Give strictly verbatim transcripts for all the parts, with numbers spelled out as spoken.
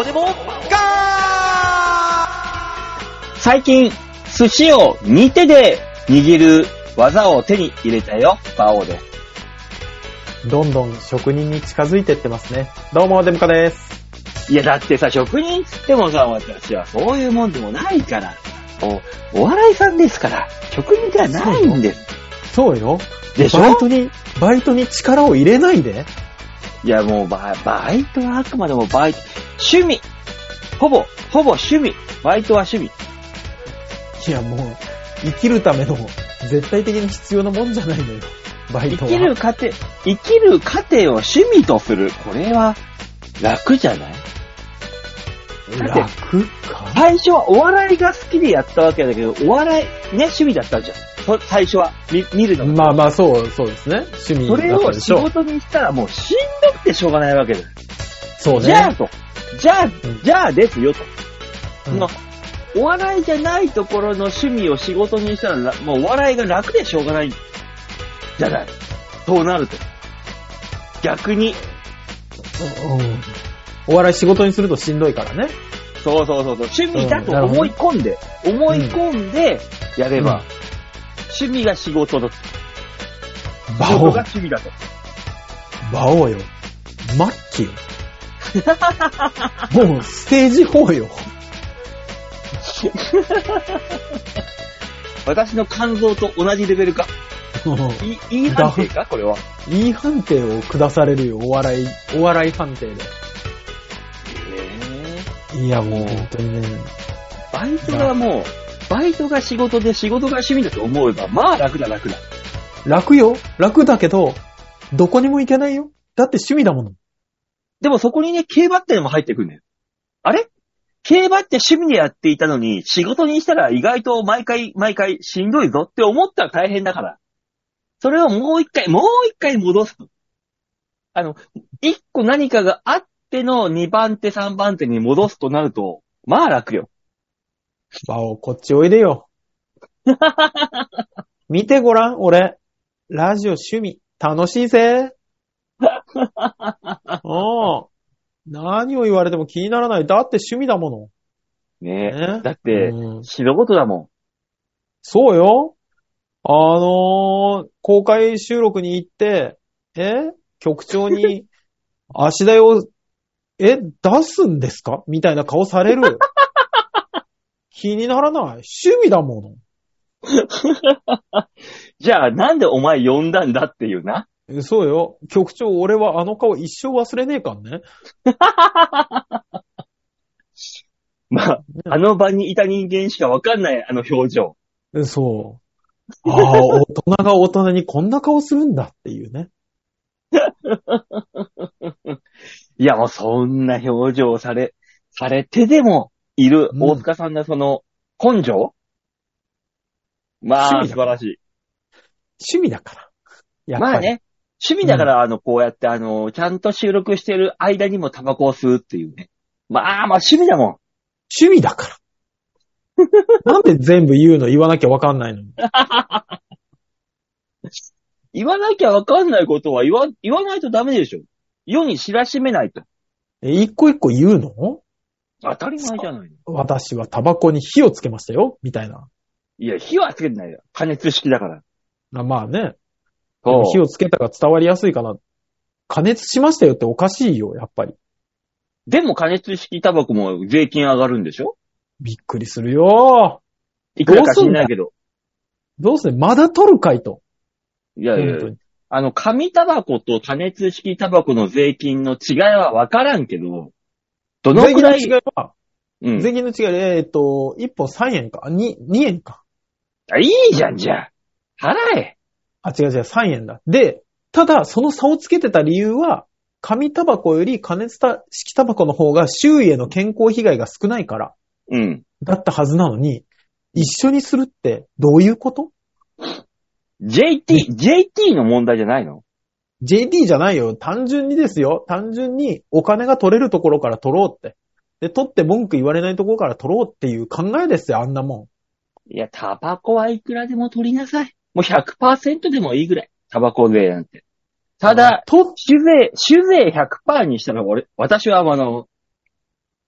でもガー。 最近、寿司をに手で握る技を手に入れたよ、バオです。 どんどん職人に近づいてってますね。どうも、デモカです。 いや、だってさ、職人つってもさ、私はそういうもんでもないから。お、お笑いさんですから、職人ではないんです。 そうよ。 でしょ？ バイトに、バイトに力を入れないで。 いや、もうバ、バイトはあくまでもバイト、趣味。ほぼ、ほぼ趣味。バイトは趣味。 いや、もう、生きるための絶対的に必要なもんじゃないのよ。バイトは。 生きる過程、生きる過程を趣味とする。これは、楽じゃない？ 楽か？ 最初はお笑いが好きでやったわけだけど、お笑いね、趣味だったじゃん。最初は、見、見るのが。 まあまあ、そう、そうですね。趣味だったでしょ。 それを仕事にしたらもうしんどくてしょうがないわけだよ。 そうね。 じゃあと。じゃあ、うん、じゃあですよと。 うん、 のお笑いじゃないところの趣味を仕事にしたら、もうお笑いが楽でしょうがない。じゃない。そうなると。逆に。 うん。お笑い仕事にするとしんどいからね。 そうそうそうそう。趣味だと思い込んで、うん、思い込んでやれば、うん、趣味が仕事だと。仕事が趣味だと。 バオよ。末期よ。もうステージフォーよ。 私の肝臓と同じレベルか。いい判定かこれは。 いい判定を下されるよ、お笑い、お笑い判定で。えー、いや、もう本当にね。 バイトがもう、バイトが仕事で仕事が趣味だと思えば、まあ楽だ楽だ。 楽よ。楽だけど、どこにも行けないよ。だって趣味だもの。 でもそこにね、競馬ってのも入ってくるんだよ。あれ？競馬って趣味でやっていたのに、仕事にしたら意外と毎回毎回しんどいぞって思ったら大変だから。それをもう一回、もう一回戻す。あの、一個何かがあっての二番手三番手に戻すとなると、まあ楽よ。 バオ、こっちおいでよ。見てごらん、俺。ラジオ趣味、楽しいぜ。おー。何を言われても気にならない。だって趣味だもの。 ねえ。ねだって、うん、素人だもん。 そうよ。あのー、公開収録に行って、え局長に、足台を、え出すんですかみたいな顔される。気にならない。趣味だもの。じゃあ、なんでお前呼んだんだっていうな。 そうよ。局長、俺はあの顔一生忘れねえかんね。 まあ、あの場にいた人間しかわかんないあの表情。 そう。ああ、大人が大人にこんな顔するんだっていうね。 いや、もうそんな表情をされ、されてでもいる大塚さんのその根性、うん、まあ、素晴らしい。 趣味だから。やっぱりまあね。趣味だから、うん、あの、こうやって、あの、ちゃんと収録してる間にもタバコを吸うっていうね。まあ、まあ趣味だもん。 趣味だから。なんで全部言うの言わなきゃわかんないのに。 言わなきゃわかんないことは言わ、言わないとダメでしょ。世に知らしめないと。 え、一個一個言うの？ 当たり前じゃないの。 私はタバコに火をつけましたよ、みたいな。 いや、火はつけてないよ。加熱式だから。 あ、まあね。火をつけたが伝わりやすいかな。加熱しましたよっておかしいよ、やっぱり。 でも加熱式タバコも税金上がるんでしょ？ びっくりするよ。 いくらか知んないけど。 どうすんまだ取るかいと。 いやいや、あの、紙タバコと加熱式タバコの税金の違いはわからんけど、どのくらい？ 税金の違いは、うん、税金の違いで、えー、っと、いっぽんさんえんか、に、にえんか。 あ、いいじゃん、じゃあ。払え。 あ、違う違う、さんえんだ。で、ただ、その差をつけてた理由は、紙タバコより加熱式タバコの方が周囲への健康被害が少ないから。 うん。 だったはずなのに、一緒にするってどういうこと？ ジェイティー、ジェイティー の問題じゃないの？ ジェイティー じゃないよ。単純にですよ。単純にお金が取れるところから取ろうって。で、取って文句言われないところから取ろうっていう考えですよ、あんなもん。いや、タバコはいくらでも取りなさい。もう ひゃくパーセント でもいいぐらい。タバコ税なんて。ただ、と、酒税、酒税 ひゃくパーセント にしたら俺、私はあの、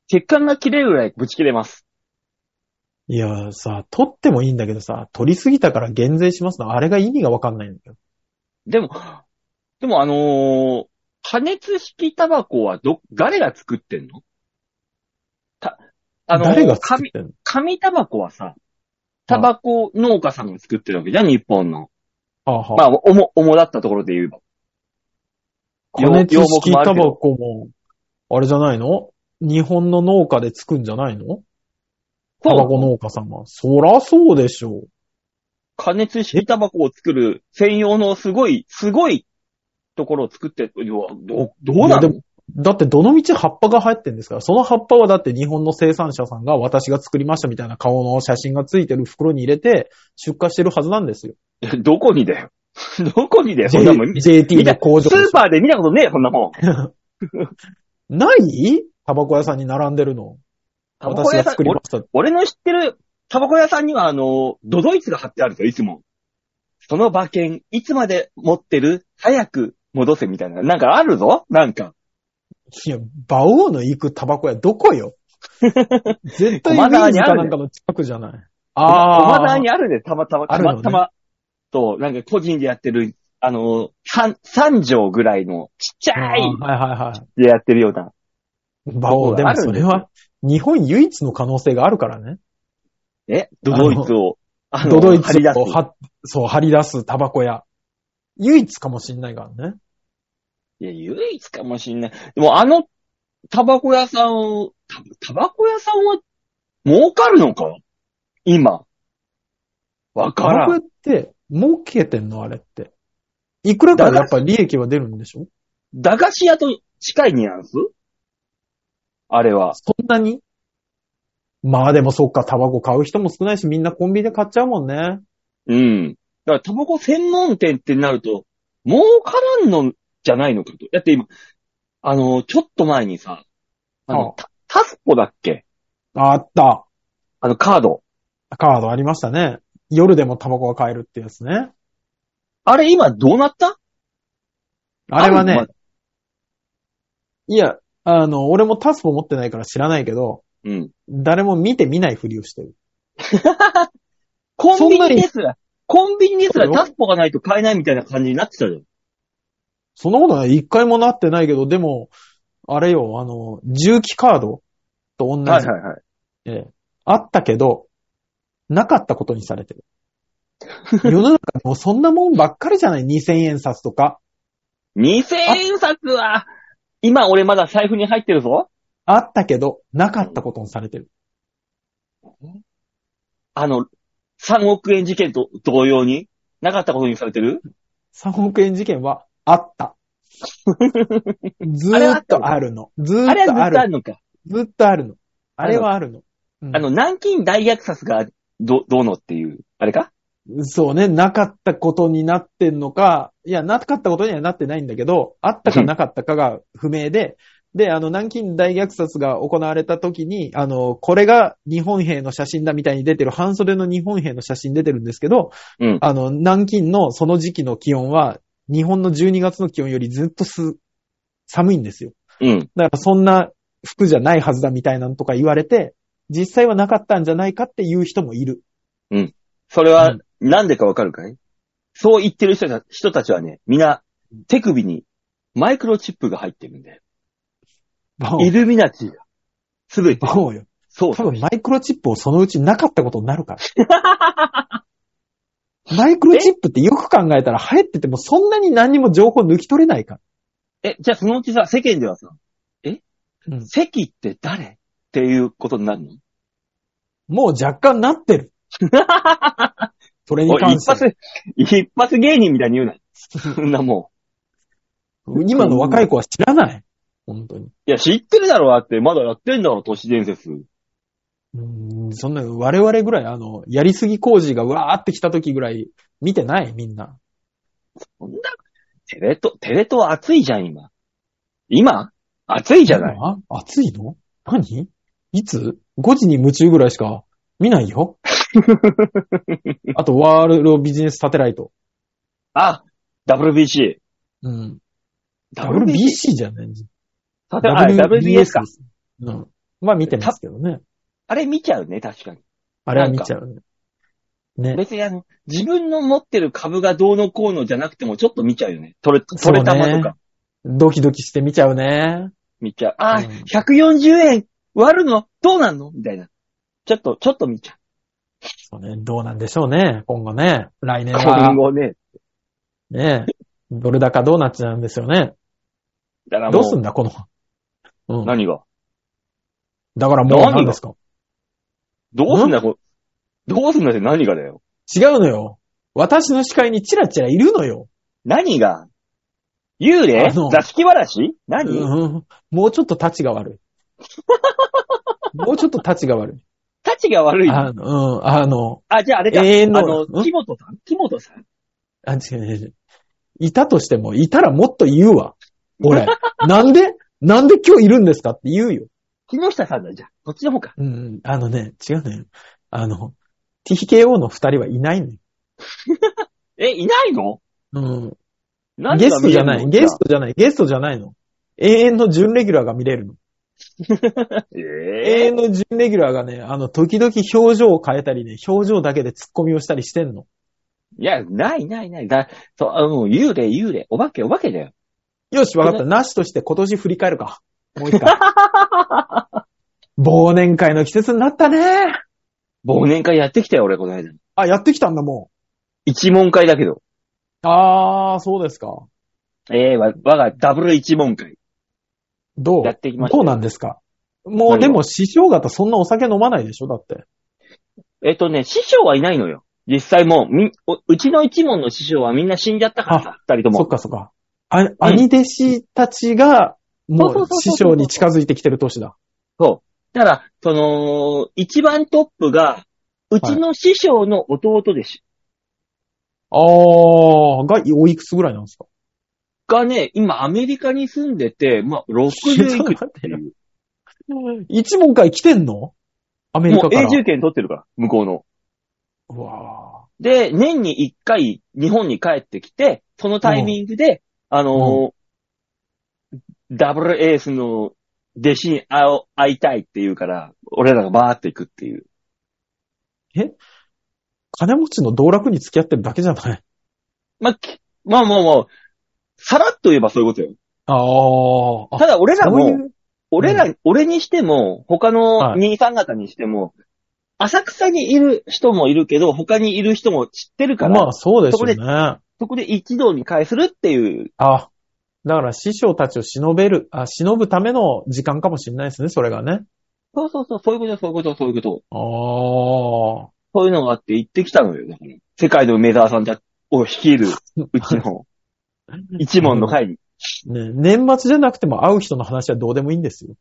血管が切れるぐらいぶち切れます。 いや、さ、取ってもいいんだけどさ、取りすぎたから減税しますの、あれが意味がわかんないんだよ。 でも、でもあのー、加熱式タバコはど、誰が作ってんの？た、あのー、 誰が作ってんの？ 紙タバコはさ、タバコ農家さんが作ってるわけじゃん、日本の。 はあはあ、 まあ、おも、主だったところで言えば。 加熱式タバコも、あれじゃないの？日本の農家で作るんじゃないの？タバコ農家さんは。そらそうでしょう。 加熱式タバコを作る専用のすごい、すごいところを作ってる。ど、どうなの？ だってどの道葉っぱが入ってんですから、その葉っぱはだって日本の生産者さんが私が作りましたみたいな顔の写真がついてる袋に入れて出荷してるはずなんですよ。 どこにだよ。どこにだよ、そんなもん。 ジェーティー の工場。 スーパーで見たことねえよ、そんなもん。ないタバコ屋さんに並んでるの。私が作りました。 俺。俺の知ってるタバコ屋さんにはあの、ドドイツが貼ってあるぞ、いつも。その馬券、いつまで持ってる？早く戻せみたいな。なんかあるぞなんか。 いや、馬王の行くタバコ屋どこよ絶対ウィーズかなんかの近くじゃない。 ああ。駒沢にあるね、たまたま、たまたま。 ね、 と、なんか個人でやってる、あの、三、三畳ぐらいのちっちゃい、はいはいはい。 でやってるような。 馬王、でもそれは日本唯一の可能性があるからね。 えドドイツを、 あの、ドドイツをは、そう、張り出すタバコ屋。唯一かもしんないからね。 いや、唯一かもしんない。でもあの、タバコ屋さんを、タ、タバコ屋さんは、儲かるのか今。わからん。 タバコ屋って、儲けてんのあれって。いくらかやっぱり利益は出るんでしょ？ 駄菓子屋と近いニュアンス？あれは。 そんなに？まあでもそっか、タバコ買う人も少ないし、みんなコンビニで買っちゃうもんね。 うん。だからタバコ専門店ってなると、儲からんのじゃないのかと。だって今、あの、ちょっと前にさ、あの、タ, タスポだっけ？ あった。 あの、カード。 カードありましたね。夜でもタバコが買えるってやつね。 あれ今どうなった？ あれはね、いや、あの、俺もタスポ持ってないから知らないけど、 うん。 誰も見て見ないふりをしてる。 コンビニですら、コンビニですらタスポがないと買えないみたいな感じになってたじゃん。 そんなことは一回もなってないけど、でも、あれよ、あの、重機カードと同じ。 はいはいはい。 ええ、あったけど、なかったことにされてる。世の中もうそんなもんばっかりじゃない？にせんえん札とか。 にせんえん札は、今俺まだ財布に入ってるぞ。 あったけど、なかったことにされてる。 あの、さんおくえん事件と同様に、なかったことにされてる？ さんおくえん事件はあった。ずーっとあるの。ずーっとある。 あれはずっとあるのか。 ずっとあるの。あれはあるの。 うん、あの、南京大虐殺がど、どうのっていう、あれか？ そうね、なかったことになってんのか、いや、なかったことにはなってないんだけど、あったかなかったかが不明で、で、あの、南京大虐殺が行われた時に、あの、これが日本兵の写真だみたいに出てる、半袖の日本兵の写真出てるんですけど、うん、あの、南京のその時期の気温は、日本のじゅうにがつの気温よりずっとす、寒いんですよ。 うん。 だからそんな服じゃないはずだみたいなのとか言われて、実際はなかったんじゃないかっていう人もいる。 うん。それは、なんでかわかるかい？そう言ってる人た、人たちはね、みんな、手首にマイクロチップが入ってるんだよ。イルミナティが。すべて。 そうよ。 そうそう。多分マイクロチップをそのうちなかったことになるから。マイクロチップってよく考えたら入っててもそんなに何にも情報抜き取れないから。 え、じゃあそのうちさ、世間ではさ、え、 うん、 関って誰っていうことになるの？ もう若干なってる。それに関して。 一発、一発芸人みたいに言うな。そんなもう。今の若い子は知らない。本当に。いや、知ってるだろうって、まだやってんだろ、都市伝説。 うーん、そんな、我々ぐらい、あの、やりすぎ工事がわーって来た時ぐらい、見てないみんな。 そんな、テレ東、テレ東暑いじゃん、今。今暑いじゃない。 暑いの？何？いつ？ ご 時に夢中ぐらいしか見ないよ。あと、ワールドビジネスサテライト。 あ、ダブリュービーシー。うん。ダブリュービーシー じゃないんサテライト、ダブリュービーエス か。 うん。 まあ見てますけどね。 あれ見ちゃうね、確かに。 あれは見ちゃうね。ね。 別にあの、自分の持ってる株がどうのこうのじゃなくてもちょっと見ちゃうよね。取れ、取れたまとか。 ドキドキして見ちゃうね。 見ちゃう。ああ、 うん、 ひゃくよんじゅうえん割るのどうなんのみたいな。ちょっと、ちょっと見ちゃう。 そうね。どうなんでしょうね。今後ね。来年は。 今後ね。 ね。ドル高どうなっちゃうんですよね。 だからもう。 どうすんだ、この。 うん。何がだからもう何ですかどうすんだ、こどうすんだって何がだよ。 違うのよ。私の視界にチラチラいるのよ。 何が幽霊座敷わらし何、 うん、もうちょっと立ちが悪い。もうちょっと立ちが悪い。 立ちが悪いあの、うん、あの、 あ、じゃああれか。 永遠のあの、木本さん木本さんあ、違う違う違う。いたとしても、いたらもっと言うわ。俺。なんでなんで今日いるんですかって言うよ。 木下さんだ、じゃあ。こっちの方か。 うん、あのね、違うのよ。あの、ティーケーオー の二人はいないのよ。 え、いないのうん。 何ゲストじゃない。ゲストトじゃない。ゲストじゃないの。永遠の準レギュラーが見れるの。 え永遠の準レギュラーがね、あの、時々表情を変えたりね、表情だけで突っ込みをしたりしてんの。 いや、ないないない。だ、そう、あの、幽霊幽霊。お化けお化けだよ。 よし、わかった。なしとして今年振り返るか。もう一回。忘年会の季節になったね。 忘年会やってきたよ、俺、この間。 あ、やってきたんだ、も一問会だけど。 う。あー、そうですか。 ええー、わ、我がダブル一問会。 どうやってきました。 どうなんですかもう、でも、師匠方そんなお酒飲まないでしょだって。 えっとね、師匠はいないのよ。実際もう、み、うちの一門の師匠はみんな死んじゃったからさ、二人とも。 そっかそっか。あ、兄弟子たちが、もう師匠に近づいてきてる年だ。 そう。だから、その、一番トップが、うちの師匠の弟弟子。 はい、あー、が、おいくつぐらいなんですかがね、今アメリカに住んでて、まあ、ろくじゅういくっていう。 一問会来てんのアメリカから。 もう永住権取ってるから、向こうの。 うわで、年に一回日本に帰ってきて、そのタイミングで、うん、あのー、ダブルエースの弟子に会いたいって言うから、俺らがバーって行くっていう。 え金持ちの道楽に付き合ってるだけじゃない？ まあ、まあまあまあ、さらっと言えばそういうことよ。 ああ。 ただ俺らも、うう俺ら、 うん、 俺にしても、他の兄さん方にしても、はい、浅草にいる人もいるけど、他にいる人も知ってるから。 まあそうですよね。 そこで、そこで一堂に会するっていう。 あ、だから師匠たちを忍べる、あ、忍ぶための時間かもしれないですね、それがね。 そうそうそう、そういうこと、そういうこと、そういうこと。 ああ。 そういうのがあって行ってきたのよ。だから世界の梅沢さんを率いるうちの一門の会に。 ね、年末じゃなくても会う人の話はどうでもいいんですよ。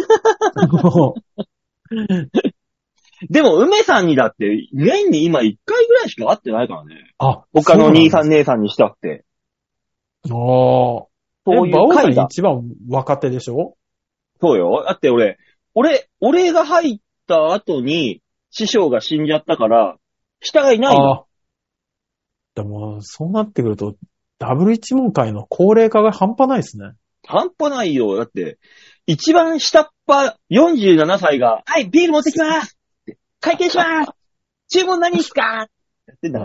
でも、梅さんにだって、年に今一回ぐらいしか会ってないからね。 あ、 他の兄さん姉さんにしたって。 ああ。そういう会が一番若手でしょ？ そうよ。だって俺、俺、俺が入った後に、師匠が死んじゃったから、下がいないの。ああ。 でも、そうなってくると、ダブル一問会の高齢化が半端ないですね。 半端ないよ。だって、一番下っ端よんじゅうななさいが、はい、ビール持ってきます会計します注文何ですかやってんだから。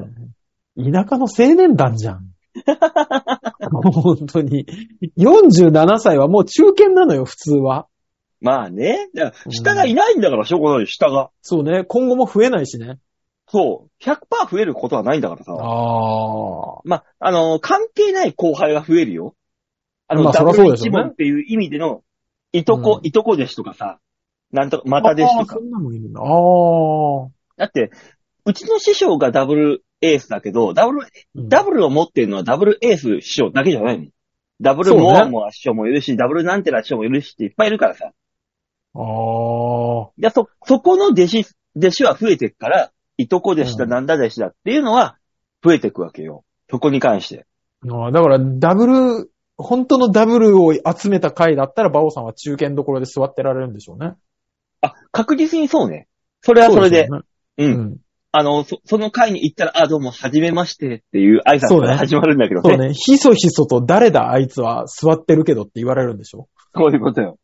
田舎の青年団じゃん。本当に。よんじゅうななさいはもう中堅なのよ、普通は。 まあね。下がいないんだから、しょうがない、下が。 そうね。今後も増えないしね。 そう。ひゃくパーセント 増えることはないんだからさ。 ああ。 まあ、あのー、関係ない後輩が増えるよ。あの、 まあ、 ダブル一問っていう意味での、いとこ、うん、いとこ弟子とかさ、なんとか、また弟子とか。 ああ、そんなもんいるんだ。ああ。 だって、うちの師匠がダブルエースだけど、ダブル、うん、ダブルを持ってるのはダブルエース師匠だけじゃないの。ダブルモアモア師匠もいるし、ね、ダブルなんてら師匠もいるしっていっぱいいるからさ。 ああ。 いや、そ、そこの弟子、弟子は増えていくから、いとこ弟子だ、なんだ弟子だっていうのは増えていくわけよ。そこに関して。 ああ、だからダブル、本当のダブルを集めた回だったら、バオさんは中堅どころで座ってられるんでしょうね。 あ、確実にそうね。それはそれで。 そうですよね。うん。うん、あの、そ、その回に行ったら、あ、どうも、はじめましてっていう挨拶から始まるんだけどね。 そうね。ひそひそと誰だあいつは座ってるけどって言われるんでしょ。 そういうことよ。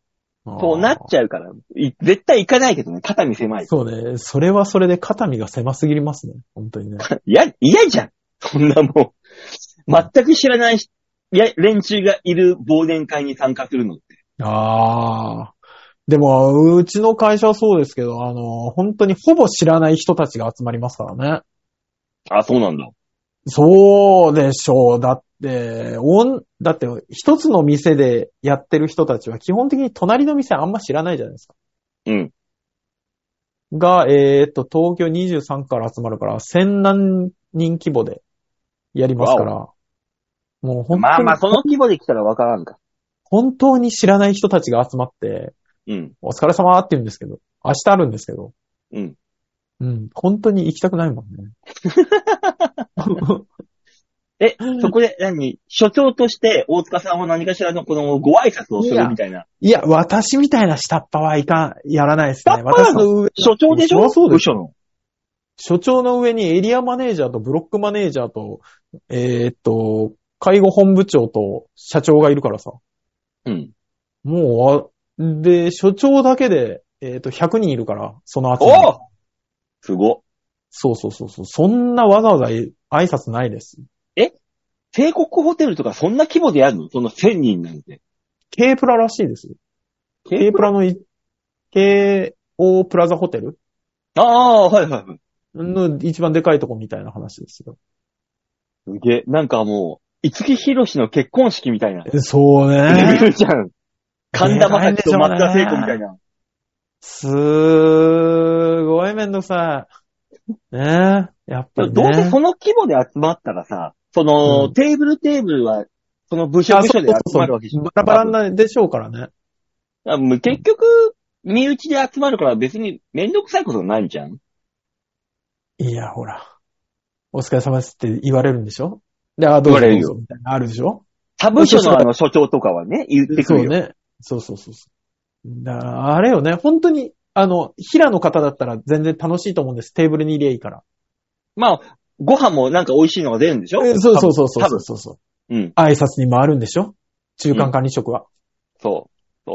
そうなっちゃうから、い絶対行かないけどね、肩身狭い。 そうね。それはそれで肩身が狭すぎますね。本当にね。 いや、嫌じゃん。そんなもう、全く知らないや連中がいる忘年会に参加するのって。 ああ。でも、うちの会社はそうですけど、あの、本当にほぼ知らない人たちが集まりますからね。 あ、そうなんだ。 そうでしょう。だって、おん、だって、一つの店でやってる人たちは基本的に隣の店あんま知らないじゃないですか。 うん。 が、えーっと、東京にじゅうさんから集まるから、千何人規模でやりますから、もう本当に、 まあまあ、その規模で来たらわからんか。 本当に知らない人たちが集まって、 うん。 お疲れ様って言うんですけど、明日あるんですけど、 うん。 うん、本当に行きたくないもんね。 え、そこで何所長として大塚さんは何かしらのこのご挨拶をするみたいな。 いや、私みたいな下っ端はいかん、やらないですね。 下っ端の上、所長でしょそうです。 部署の。 所長の上にエリアマネージャーとブロックマネージャーと、えーっと、介護本部長と社長がいるからさ。 うん。 もう、あ、で、所長だけで、えーっと、ひゃくにんいるから、その集おまり。 おすご。 そうそうそうそう。そんなわざわざ挨拶ないです。 え帝国ホテルとかそんな規模でやるのそのせんにんなんて。 K プラらしいですよ。K プラのい、ケーオー プラザホテルああ、はいはいはい。 の一番でかいとこみたいな話ですよ。 すげえ。なんかもう、五木ひろしの結婚式みたいな。 そうレベね。 ルじゃん。神田正輝と松田聖子みたいな。 すーごいめんどくさい。ねえ。やっぱりね。 どうせその規模で集まったらさ、その、 うん、 テーブルテーブルは、その部署部署で集まるわけじゃん。 バラバラなんでしょうからね。 あもう結局、身内で集まるから別にめんどくさいことないんじゃん。 いや、ほら。お疲れ様ですって言われるんでしょで、あ、どうぞどうぞみたいなあるでしょ他部署のあの所長とかはね、言ってくるよ。 そうね。そうそうそうそう。だからあれよね、本当に、あの、平の方だったら全然楽しいと思うんです。テーブルにいりゃいいから。 まあ、ご飯もなんか美味しいのが出るんでしょえそうそうそうそうそうそう。 うん。 挨拶に回るんでしょ中間管理職は。うん、 そう。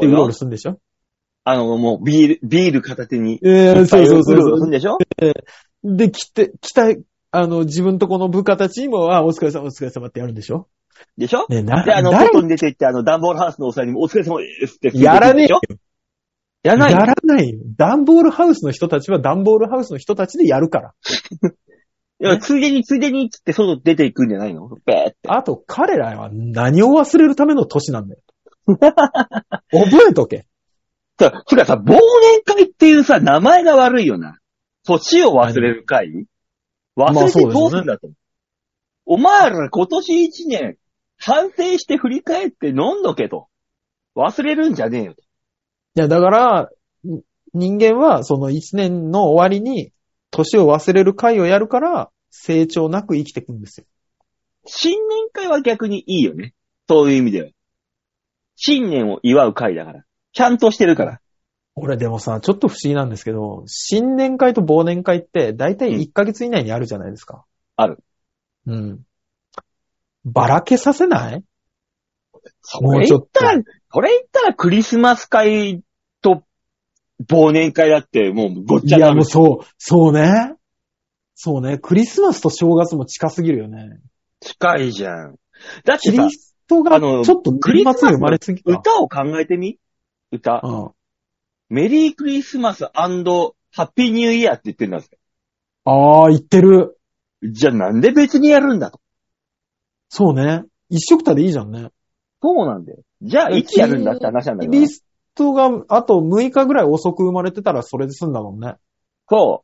で、うろうろするんでしょあの、もうビール、ビール片手に。 えー、そうそうそう。うろうろするんでしょ、 えー、で、来て、来た、あの、自分とこの部下たちにも、あ、お疲れ様、お疲れ様ってやるんでしょでしょね、な、 で、あの、外に出て行って、あの、ダンボールハウスのおさんにもお疲れ様ですって。 やらねえよ。 やらないやらないよ。ダンボールハウスの人たちはダンボールハウスの人たちでやるから。 いや、ついでについでにってって外出ていくんじゃないのべーって。 あと、彼らは何を忘れるための年なんだよ。覚えとけ。 さ、つかさ、忘年会っていうさ、名前が悪いよな。年を忘れる会忘れてどうするんだと。まあね、お前ら今年一年、反省して振り返って飲んどけと。忘れるんじゃねえよと。 いや、だから、人間はその一年の終わりに、年を忘れる会をやるから、成長なく生きていくんですよ。 新年会は逆にいいよね。そういう意味では。新年を祝う会だから。ちゃんとしてるから。 俺でもさ、ちょっと不思議なんですけど、新年会と忘年会って大体いっかげつ以内にあるじゃないですか。うん、 ある。 うん。ばらけさせないそれ言ったら、それ言ったらクリスマス会と忘年会だってもうごっちゃになる。 いやもうそう、そうね。そうね。クリスマスと正月も近すぎるよね。 近いじゃん。だってさ、 キリストがちょっと年末に生まれすぎた。 歌を考えてみ歌。うん。メリークリスマス&ハッピーニューイヤーって言ってるんだぜ。 ああ、言ってる。 じゃあなんで別にやるんだと。 そうね。一緒くたでいいじゃんね。 そうなんだよ。じゃあいつやるんだって話なんだよ。 キリストがあとむいかぐらい遅く生まれてたらそれで済んだもんね。 そう。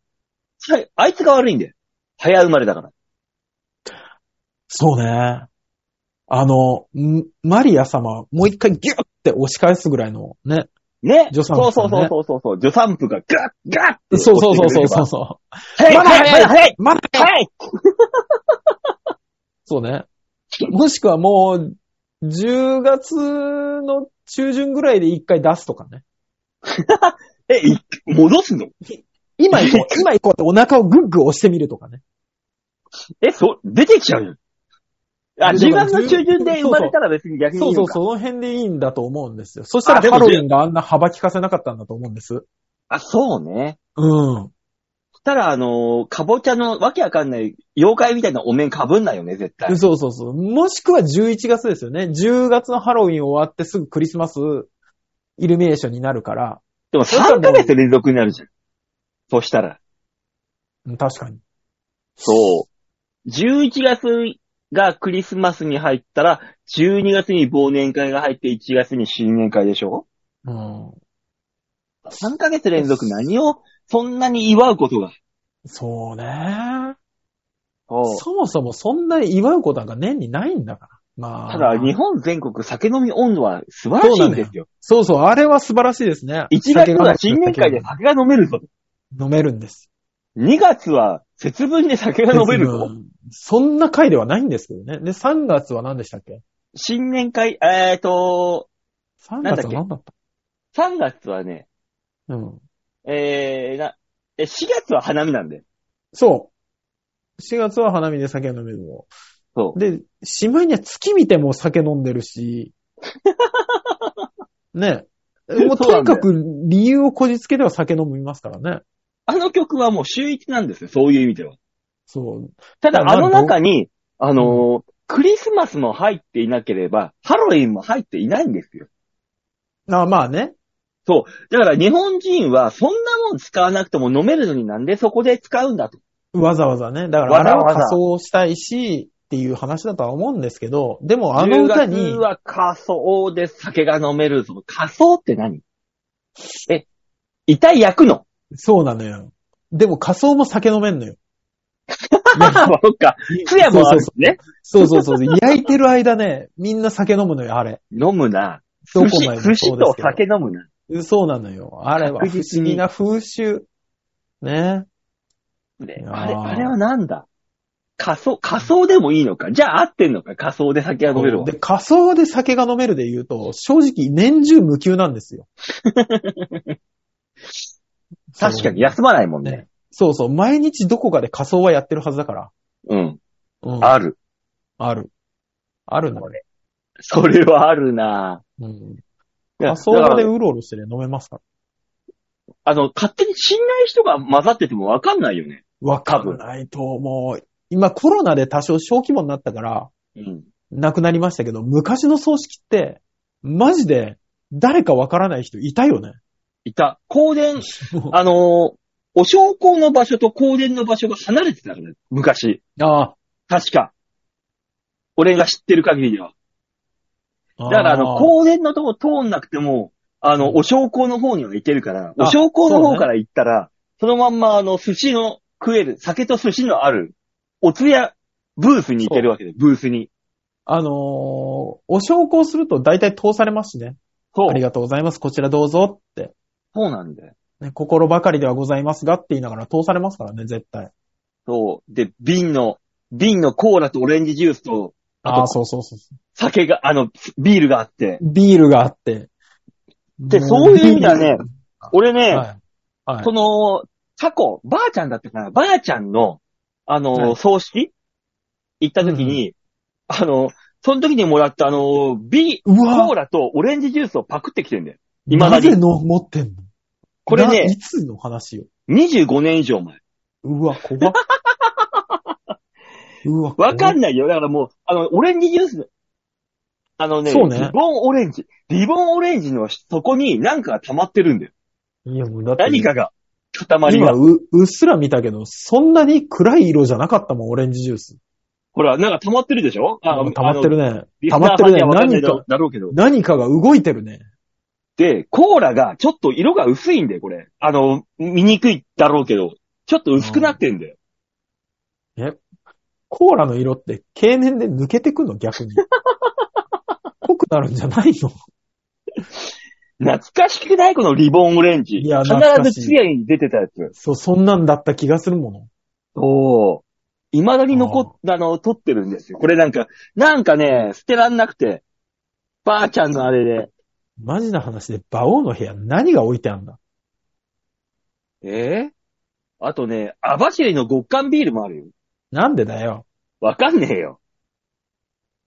はい。あいつが悪いんだよ。早生まれだから。 そうね。あの、マリア様、もう一回ギュッって押し返すぐらいのね。 ね。助産婦、ね。そうそうそうそうそう。助産婦がガッガッって。 そうそうそうそうそうそう。 早いまだ早い早いまだ早いそうね。もしくはもう、じゅうがつの中旬ぐらいで一回出すとかね。 え、戻すの今行こう、今行こうってお腹をグッグ押してみるとかね。 え、そう、出てきちゃうよ。 あ、じゅうがつの中旬で生まれたら別に逆にいいのか。 そうそう、その辺でいいんだと思うんですよ。そしたらハロウィンがあんな幅利かせなかったんだと思うんです。 あ、そうね。 うん。 したら、あのー、かぼちゃのわけわかんない妖怪みたいなお面被んないよね、絶対。 そうそうそう。もしくはじゅういちがつですよね。じゅうがつのハロウィン終わってすぐクリスマスイルミネーションになるから。 でもさんかげつ連続になるじゃん。そしたら。 確かに。 そう。じゅういちがつがクリスマスに入ったら、じゅうにがつに忘年会が入っていちがつに新年会でしょ？ うん。 さんかげつ連続何をそんなに祝うことが。 そうね。 そうそもそもそんなに祝うことなんか年にないんだから。まあ。 ただ、日本全国酒飲み温度は素晴らしいんですよ。 そうそう、あれは素晴らしいですね。 いちがつは新年会で酒が飲めるぞ。 飲めるんです。 にがつは節分で酒が飲めるぞ。 そんな会ではないんですけどね。で、さんがつは何でしたっけ？ 新年会、えーと、 さんがつは何だった？ さん 月はね、 うん。 えー、な、え、しがつは花見なんで。 そう。しがつは花見で酒飲めるの。 そう。 で、しまいには月見ても酒飲んでるし。ね。もうとにかく理由をこじつけては酒飲みますからね。 あの曲はもう秀逸なんですよ、そういう意味では。 そう。 ただ、あの中に、あのーうん、クリスマスも入っていなければ、ハロウィンも入っていないんですよ。 あ、まあね。 そう。だから日本人はそんなもん使わなくても飲めるのになんでそこで使うんだと。 わざわざね。だからあれは仮装したいし、っていう話だとは思うんですけど、でもあの歌に。じゅうがつは仮装で酒が飲めるぞ。仮装って何？え、遺体焼くの？ そうなのよ。でも仮装も酒飲めんのよ。 そっか。つやもあるしね。 そうそうそう。焼いてる間ね、みんな酒飲むのよ、あれ。 飲むな。寿司、寿司と酒飲むな。 そうなのよ。あれは不思議な風習。ね。 ね、あれ、あれはなんだ？仮装、仮装でもいいのか？じゃあ合ってんのか？仮装で酒が飲めるわ。 で、仮装で酒が飲めるで言うと、正直年中無休なんですよ。 確かに休まないもんね。ね、 そうそう。毎日どこかで仮装はやってるはずだから。 うん。うん、ある。 ある。あるんだね。 それはあるなぁ。うん。 仮装場でうろうろしてね、飲めますから。 あの、勝手に知んない人が混ざっててもわかんないよね。 わかんないと思う。今コロナで多少小規模になったから、うん。なくなりましたけど、昔の葬式って、マジで誰かわからない人いたよね。 いた。香典、あのー、お焼香の場所と香典の場所が離れてたからね、昔。ああ。確か。俺が知ってる限りでは。だからあの、香典のとこ通んなくても、あの、お焼香の方には行けるから、お焼香の方から行ったら、そのまんまあの、寿司の食える、酒と寿司のある、おつやブースに行けるわけで、ブースに。 あのー、お焼香すると大体通されますしね。そう。ありがとうございます。こちらどうぞって。 そうなんだよ。 ね、心ばかりではございますがって言いながら通されますからね、絶対。 そう。で、瓶の、瓶のコーラとオレンジジュースと、 ああ、そうそうそう。 酒が、あの、ビールがあって。 ビールがあって。 で、そういう意味ではね、俺ね、 はいはい、 その、過去、ばあちゃんだったかな、ばあちゃんの、あの、はい、葬式行った時に、うん、あの、その時にもらったあの、ビー、コーラとオレンジジュースをパクってきてんだよ。今まで。 なぜの持ってんの？ これね、 いつの話よ。 にじゅうごねん以上前。 うわ、怖っ。うわ、 わかんないよ。だからもう、あの、オレンジジュース、あのね、 そうね、 リボンオレンジ。リボンオレンジの底に何かが溜まってるんだよ。 いや、もうだって。 何かが、塊が。 今う、うっすら見たけど、そんなに暗い色じゃなかったもん、オレンジジュース。 ほら、なんか溜まってるでしょ？あ、 溜まってるね。溜まってるね。何か、 だろうけど。 何かが動いてるね。 で、コーラがちょっと色が薄いんだよ、これ。あの、見にくいだろうけど、ちょっと薄くなってんだよ。 え、コーラの色って経年で抜けてくの？逆に。濃くなるんじゃないの？ 懐かしくないこのリボンオレンジ。いや、必ずツヤに出てたやつ。 そう、そんなんだった気がするもの。 おー。未だに残っ、あの、撮ってるんですよ。これなんか、なんかね、捨てらんなくて、ばあちゃんのあれで。 マジな話で、馬王の部屋何が置いてあんだ？ えー、あとね、網走の極寒ビールもあるよ。 なんでだよ。 わかんねえよ。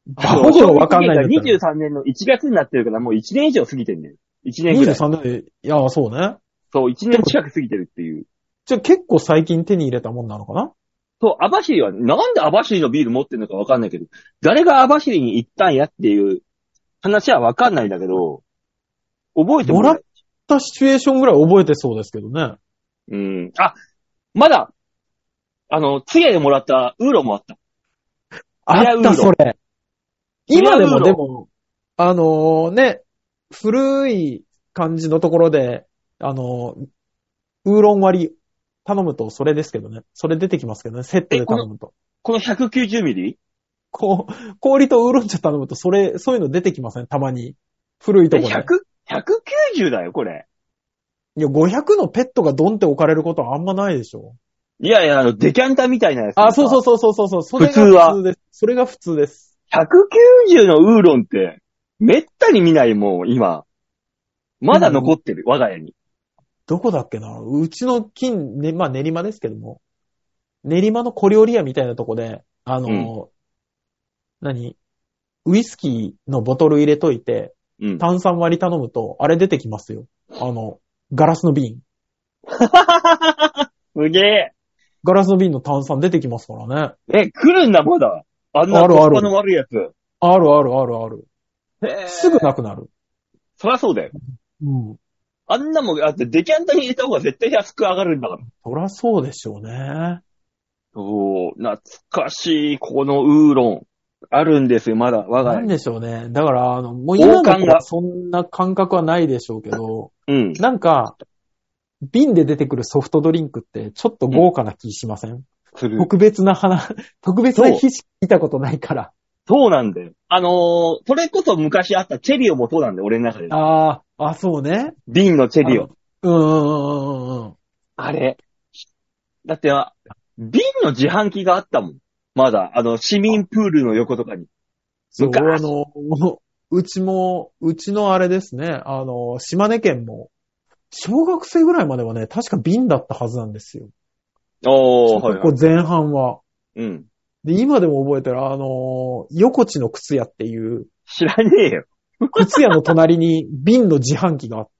バホほどわかんないんだったら。 にじゅうさんねんのいちがつになってるからもういちねん以上過ぎてんねん。いちねんぐらい。 にじゅうさんねんで、いや、そうね。 そう、いちねん近く過ぎてるっていう。 じゃあ結構最近手に入れたもんなのかな？ そう、網走は、なんで網走のビール持ってるのかわかんないけど、誰が網走に行ったんやっていう話はわかんないんだけど、覚えてもらもらったシチュエーションぐらい覚えてそうですけどね。 うん。あ、まだ、あの、ツヤでもらったウーロンもあった。 あった、それ。今でもでも、あのー、ね、古い感じのところで、あのー、ウーロン割り頼むとそれですけどね。それ出てきますけどね。セットで頼むと。 この ひゃくきゅうじゅうミリ？ こう、氷とウーロン茶頼むとそれ、そういうの出てきません？たまに。古いところで。 ひゃく、ひゃくきゅうじゅうだよ、これ。 いや、ごひゃくのペットがドンって置かれることはあんまないでしょ。 いやいや、あの、デキャンタみたいなやつ。 あ、そうそうそうそうそう。それが普通は。 普通です。それが普通です。 ひゃくきゅうじゅうのウーロンって、めったに見ないもん、今。まだ残ってる、我が家に。 どこだっけな？うちの近、ね、まあ練馬ですけども、練馬の小料理屋みたいなとこで、あの、うん、何？ウイスキーのボトル入れといて、うん、炭酸割り頼むと、あれ出てきますよ。あの、ガラスの瓶。 すげえ。 ガラスの瓶の炭酸出てきますからね。 え、来るんだ、まだ。あんなコスパの悪いやつ。 あるあるあるある。すぐなくなる。 そりゃそうだよ。 うん。 あんなもん、だってデキャンタに入れた方が絶対安く上がるんだから。 そりゃそうでしょうね。 おー、懐かしい、このウーロン。あるんですよ、まだ、我が家。 なんでしょうね。だから、あの、もう今の子はそんな感覚はないでしょうけど、うん。なんか、瓶で出てくるソフトドリンクってちょっと豪華な気しません？うん、特別な花、特別な日しか見たことないから。 そうなんだよ。あのー、それこそ昔あったチェリオもそうなんだよ、俺の中で。 ああ、あ、そうね。 瓶のチェリオ。 うんうんうんうんうん。 あれ。だって、瓶の自販機があったもん。まだ、あの、市民プールの横とかに。 そう、あの、うちも、うちのあれですね、あの、島根県も、小学生ぐらいまではね、確か瓶だったはずなんですよ。 おー、はい、はい。 ここ前半は。 うん。 で、今でも覚えてる、あの、横地の靴屋っていう。 知らねえよ。 靴屋の隣に瓶の自販機があって。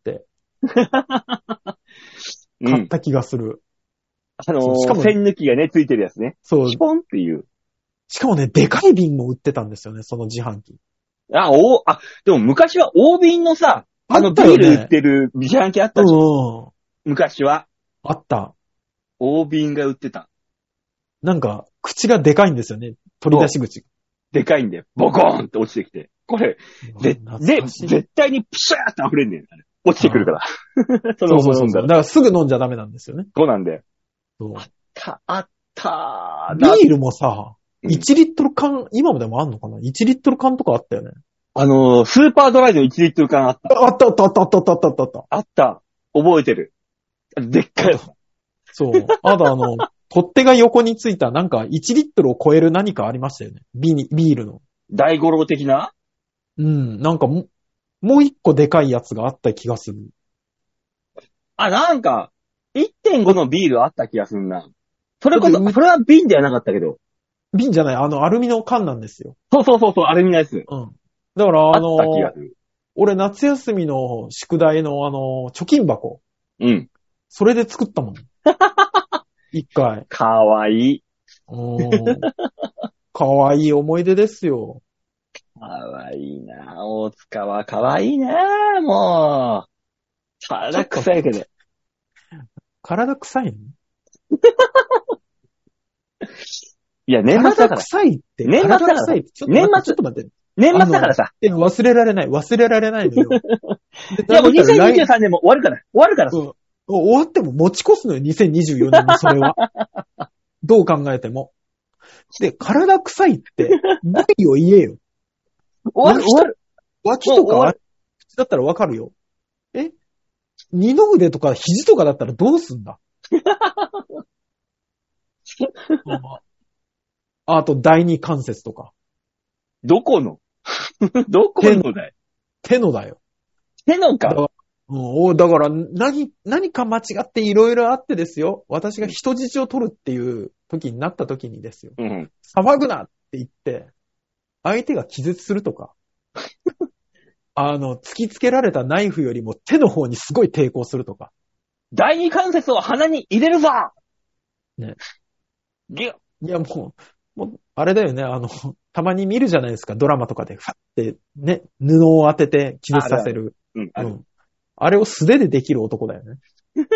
買った気がする。 あのー、しかも栓抜きがね、ついてるやつね。 そう。 シポンっていう。 しかもね、でかい瓶も売ってたんですよね、その自販機。 あ、おあ、でも昔は大瓶のさ、あのビール売ってる自販機あったじゃん。うん、昔は。 あった。 大瓶が売ってた。 なんか、口がでかいんですよね、取り出し口。 でかいんだよ。ボコーンって落ちてきて。これ、で、で、絶対にプシャーって溢れんねん。落ちてくるから。 そのそうそうそう。だからすぐ飲んじゃダメなんですよね。 そうなんだよ。 そうあった、あったー。ビールもさ、いちリットル缶、今でもあんのかな ?いち リットル缶とかあったよね。 あのー、スーパードライのいちリットル缶あった。 あったあったあったあったあったあったあった。 あった。覚えてる。でっかいやつ。 そう。あとあの、取っ手が横についたなんかいちリットルを超える何かありましたよね。ビー、ビールの。 大五郎的な？ うん。なんかも、もう一個でかいやつがあった気がする。 あ、なんか、いってんご のビールあった気がするな。それこそ、それは瓶ではなかったけど。 瓶じゃない、あの、アルミの缶なんですよ。 そうそうそうそう、アルミのやつ。 うん。だから、あのあった気がする。 俺夏休みの宿題のあの、貯金箱。 うん。 それで作ったもん。一回。 かわいい。 うん。かわいい思い出ですよ。 かわいいな大塚はかわいいなもう。体臭いけど。 体臭いのいや、年末だから。 体臭いって。 年末だから。 年末ちょっと待って。 年末だからさ。 忘れられない。忘れられないのよ。 いや、もうにせんにじゅうさんねんも終わるから。終わるから。 うん、終わっても持ち越すのよ、にせんにじゅうよねんのそれは。どう考えても。で、体臭いって、部位を言えよ。 終わる、終わる。 脇とか、口だったらわかるよ。え二の腕とか肘とかだったらどうすんだあと、第二関節とか。 どこのどこのだよ。 手のだよ。 手のか。 だうん、だから、何、何か間違っていろいろあってですよ。私が人質を取るっていう時になった時にですよ。 うん、 騒ぐなって言って、 相手が気絶するとか、あの、突きつけられたナイフよりも手の方にすごい抵抗するとか。 第二関節を鼻に入れるぞね。 ギュッ。 いや、もう、もう、あれだよね、あの、たまに見るじゃないですか、ドラマとかで、ファって、ね、布を当てて気絶させる。 うん、ある。 うん。あれを素手でできる男だよね。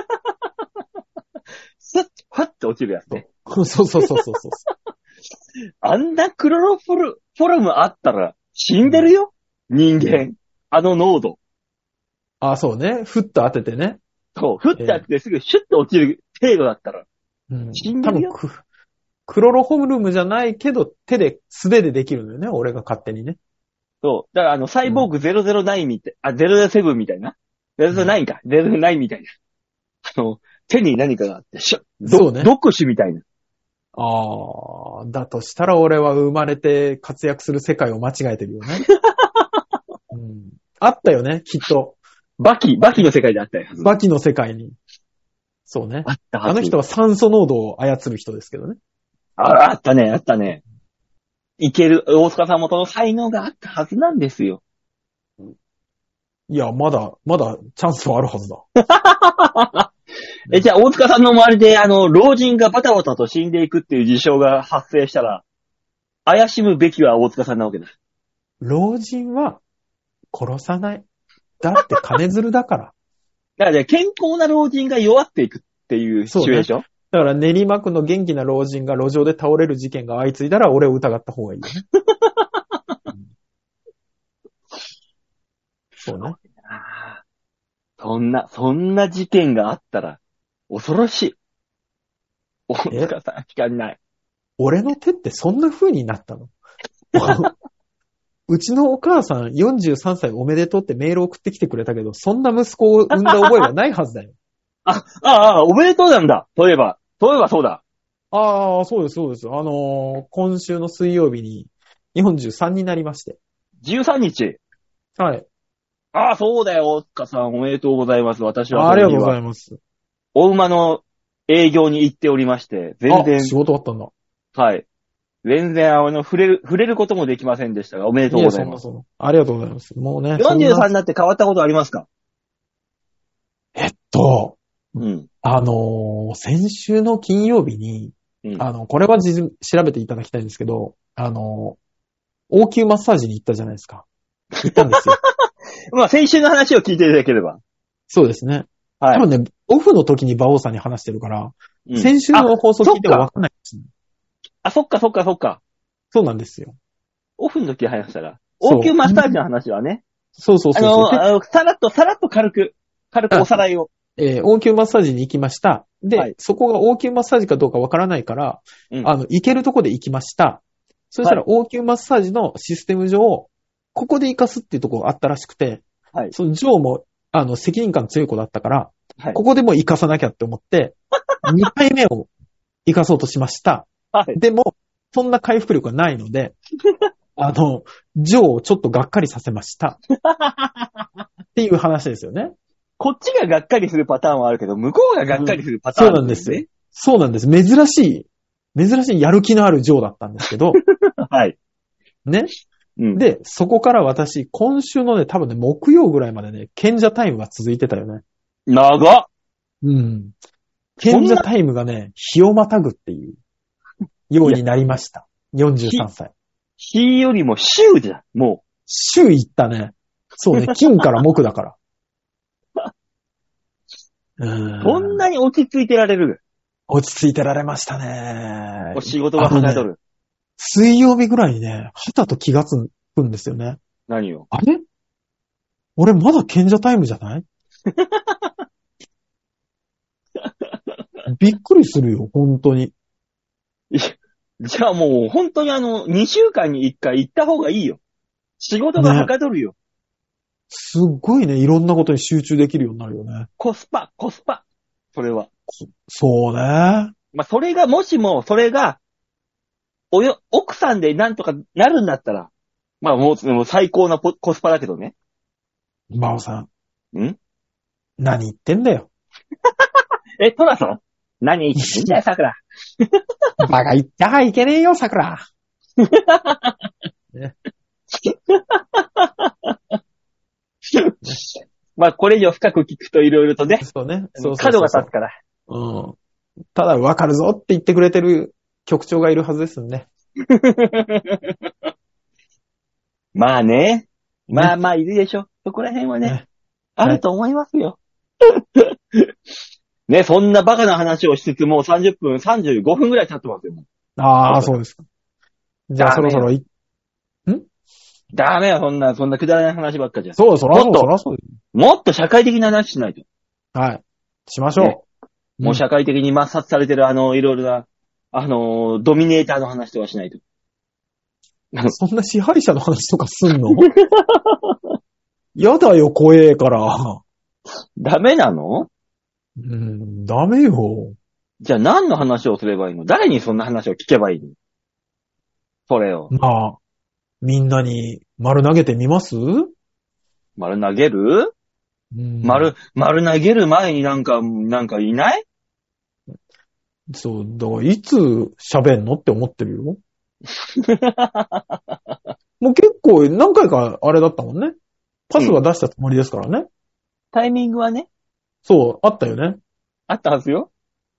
スッ、ファッて落ちるやつね。 そうそうそうそうそう。 あんなクロロフォル、フォルムあったら死んでるよ、うん、人間。あの濃度。 あ、そうね。ふっと当ててね。 そう、ふって当ててすぐシュッと落ちる程度だったら。 うん、 死んでるよ。 多分ク、クロロフォルムじゃないけど、手で、素手でできるのよね。俺が勝手にね。 そう。だからあの、サイボーグゼロゼロナインみたい、あ、ゼロゼロセブンみたいな。ゼロゼロナインか。ゼロゼロナインみたいな。あの、手に何かがあって、シュッ、 そうね。 毒死みたいな。 ああ、だとしたら俺は生まれて活躍する世界を間違えてるよね。うん、あったよね、きっと。 バキ、バキの世界であったよ。 バキの世界に。そうね。 あったはず。 あの人は酸素濃度を操る人ですけどね。 あ、あったね、あったね。いける、大塚さんもその才能があったはずなんですよ。 いや、まだ、まだチャンスはあるはずだ。 え、じゃあ大塚さんの周りで、あの、老人がバタバタと死んでいくっていう事象が発生したら、怪しむべきは大塚さんなわけだ。 老人は殺さない。だって金づるだから。 だからね、健康な老人が弱っていくっていうシチュエーション。 だから練馬区の元気な老人が路上で倒れる事件が相次いだら俺を疑った方がいいよね。うん、そうね。 そんな、そんな事件があったら、恐ろしい。大塚さん、聞かない。 俺の手ってそんな風になったのうちのお母さんよんじゅうさんさいおめでとうってメール送ってきてくれたけど、そんな息子を産んだ覚えはないはずだよ。 あ、ああ、おめでとうなんだ。そういえば。そういえばそうだ。 ああ、そうです、そうです。あのー、今週の水曜日によんじゅうさんになりまして。 じゅうさんにち。 はい。 ああ、そうだよ、大塚さん。おめでとうございます。私は。 ありがとうございます。 お馬の営業に行っておりまして、全然。 あ、仕事あったんだ。 はい。全然、あの、触れる、触れることもできませんでしたが、おめでとうございます。 いや、そんなそんな。ありがとうございます。もうね。 よんじゅうさんになって変わったことありますか？ えっと、 うん。 あのー、先週の金曜日に、うん、あの、これはじ調べていただきたいんですけど、あのー、応急マッサージに行ったじゃないですか。行ったんですよ。 まあ、先週の話を聞いていただければ。 そうですね。はい。多分ね、オフの時に馬王さんに話してるから、うん、先週の放送聞いてもわかんないですね。 あ、そっかそっかそっか。 そうなんですよ。 オフの時話したら。応急マッサージの話はね。 そうそうそうそう。 あの、あのさらっとさらっと軽く、軽くおさらいを。 えー、応急マッサージに行きました。で、はい、そこが応急マッサージかどうかわからないから、うん、あの、行けるとこで行きました。そしたら、応急マッサージのシステム上、ここで行かすっていうところがあったらしくて、はい、そのジョーも、あの、責任感強い子だったから、はい、ここでも行かさなきゃって思って、にかいめを行かそうとしました。はい、でも、そんな回復力がないので、あの、ジョーをちょっとがっかりさせました。っていう話ですよね。 こっちががっかりするパターンはあるけど、向こうががっかりするパターン、 ね、うん、そうなんですよ。そうなんです。珍しい、珍しいやる気のあるジョーだったんですけど。 はい。 ね、うん。で、そこから私、今週のね、多分ね、木曜ぐらいまでね、賢者タイムが続いてたよね。 長っ。 うん。賢者タイムがね、日をまたぐっていうようになりました。よんじゅうさんさい。 日よりも週じゃん、もう。 週いったね。そうね、金から木だから。 うーん、そんなに落ち着いてられる？ 落ち着いてられましたね。 お仕事がはかどる、ね。 水曜日ぐらいにね、はたと気がつくんですよね。 何を？ あれ？俺まだ賢者タイムじゃないびっくりするよ、本当に。 いや、じゃあもう本当にあの、にしゅうかんにいっかい行った方がいいよ。仕事がはかどるよ。ね、 すっごいね、いろんなことに集中できるようになるよね。 コスパ、コスパ。それは。 そうね。 まあ、それが、もしも、それが、およ、奥さんでなんとかなるんだったら、まあもう、もう最高なコスパだけどね。 馬尾さん。ん？ 何言ってんだよ。 え、トラさん？何言ってんだよ、桜。 バカ言ったらいけねえよ、桜。 ね。 まあ、これ以上深く聞くといろいろとね、 そうね。そうそうそうそう角が立つから。 うん。ただ、わかるぞって言ってくれてる局長がいるはずですね。 まあね。まあまあ、いるでしょ。そこら辺はね、ねあると思いますよ。ね、そんなバカな話をしつつ、もうさんじゅっぷん、さんじゅうごふんぐらい経ってますよ。 ああ、そうですか。じゃあそろそろい、んダメよ、そんな、そんなくだらない話ばっかじゃ。 そう、そらそう、そらそう。 もっと社会的な話しないと。 はい。しましょう。ね、 もう社会的に抹殺されてる、あの、いろいろな、あの、ドミネーターの話とかしないと。 そんな支配者の話とかすんのやだよ、怖えから。 ダメなの？ うん、ダメよ。 じゃあ何の話をすればいいの？誰にそんな話を聞けばいいの？それを。 まあ、みんなに丸投げてみます？ 丸投げる？うん、丸、丸投げる前になんか、なんかいない？ そう、だからいつ喋んのって思ってるよ。もう結構何回かあれだったもんね。パスは出したつもりですからね。うん、 タイミングはね。 そう、あったよね。 あったはずよ。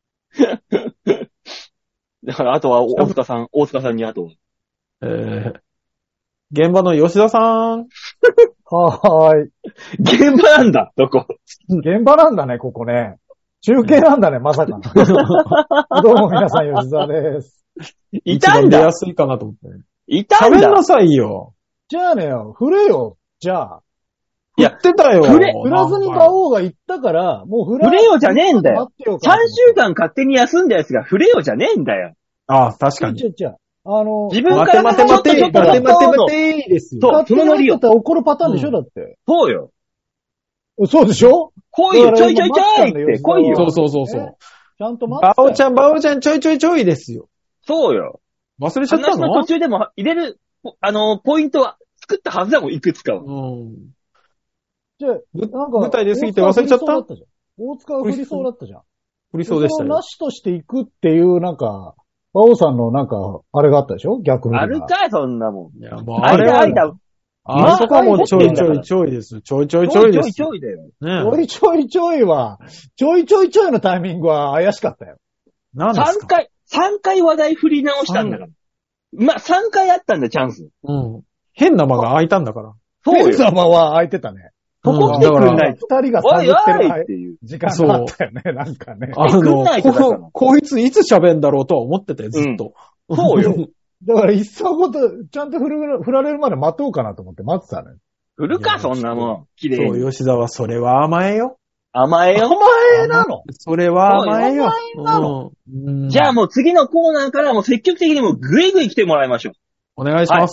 だからあとは大塚さん、大塚さんにあとは。 えー、現場の吉田さん。 はーい。 現場なんだ、どこ。 現場なんだね、ここね。中継なんだね、まさか。どうも皆さん、吉田です。 いたんだ。 一番出やすいかなと思って。 いたんだ。 喋んなさいよ。 じゃあねよ、振れよ、じゃあ。 いや、振ってたよ。 振れ、振らずに馬王が言ったから、もう振ら振れよじゃねえんだよ。さんしゅうかん勝手に休んだやつが振れよじゃねえんだよ。 ああ、確かに。 ちょちょあの、 自分から待て待て待て、待て待て待てですよ。 そう、そのノリよ。怒るパターンでしょ、だって。 そうよ。 そうでしょ？ 来いよ、ちょいちょいちょいって来いよ。 そうそうそうそう。 ちゃんと待って。 バオちゃん、バオちゃん、ちょいちょいちょいですよ。 そうよ。 忘れちゃったの？ 話の途中でも入れる、あの、ポイントは作ったはずだもん、いくつかは。 うん。 じゃあ、なんか、 舞台で過ぎて忘れちゃった？ 大塚が振りそうだったじゃん。 振りそうでしたよ。 それをなしとしていくっていう、なんか、馬王さんのなんか、あれがあったでしょ？逆に。 あるかい、そんなもん。 いや、もうあれは、あそこはもうちょいちょいちょいです。ちょいちょいちょいです。 ちょいちょいちょいだよ。 ね、ちょいちょいちょいは、ちょいちょいちょいのタイミングは怪しかったよ。 何ですか？ さんかい、さんかい話題振り直したんだから。まあ、さんかいあったんだ、チャンス。 うん。変な間が空いたんだから。 そうよ。 変な間は空いてたね。 ここ来てくんないと。 二人が探ってるっていう時間があったよね、なんかね。 あの、こ、こいついつ喋んだろうとは思ってたよ、ずっと。 うん、そうよ。 だから、いっそこと、ちゃんと振る、振られるまで待とうかなと思って待ってたね。 振るか、そんなもん。綺麗に。 そう、吉田はそれは甘えよ。 甘えよ。 甘えなの？ それは甘えよ。 甘えなの？ うん、 じゃあもう次のコーナーからもう積極的にもうグイグイ来てもらいましょう。 お願いします。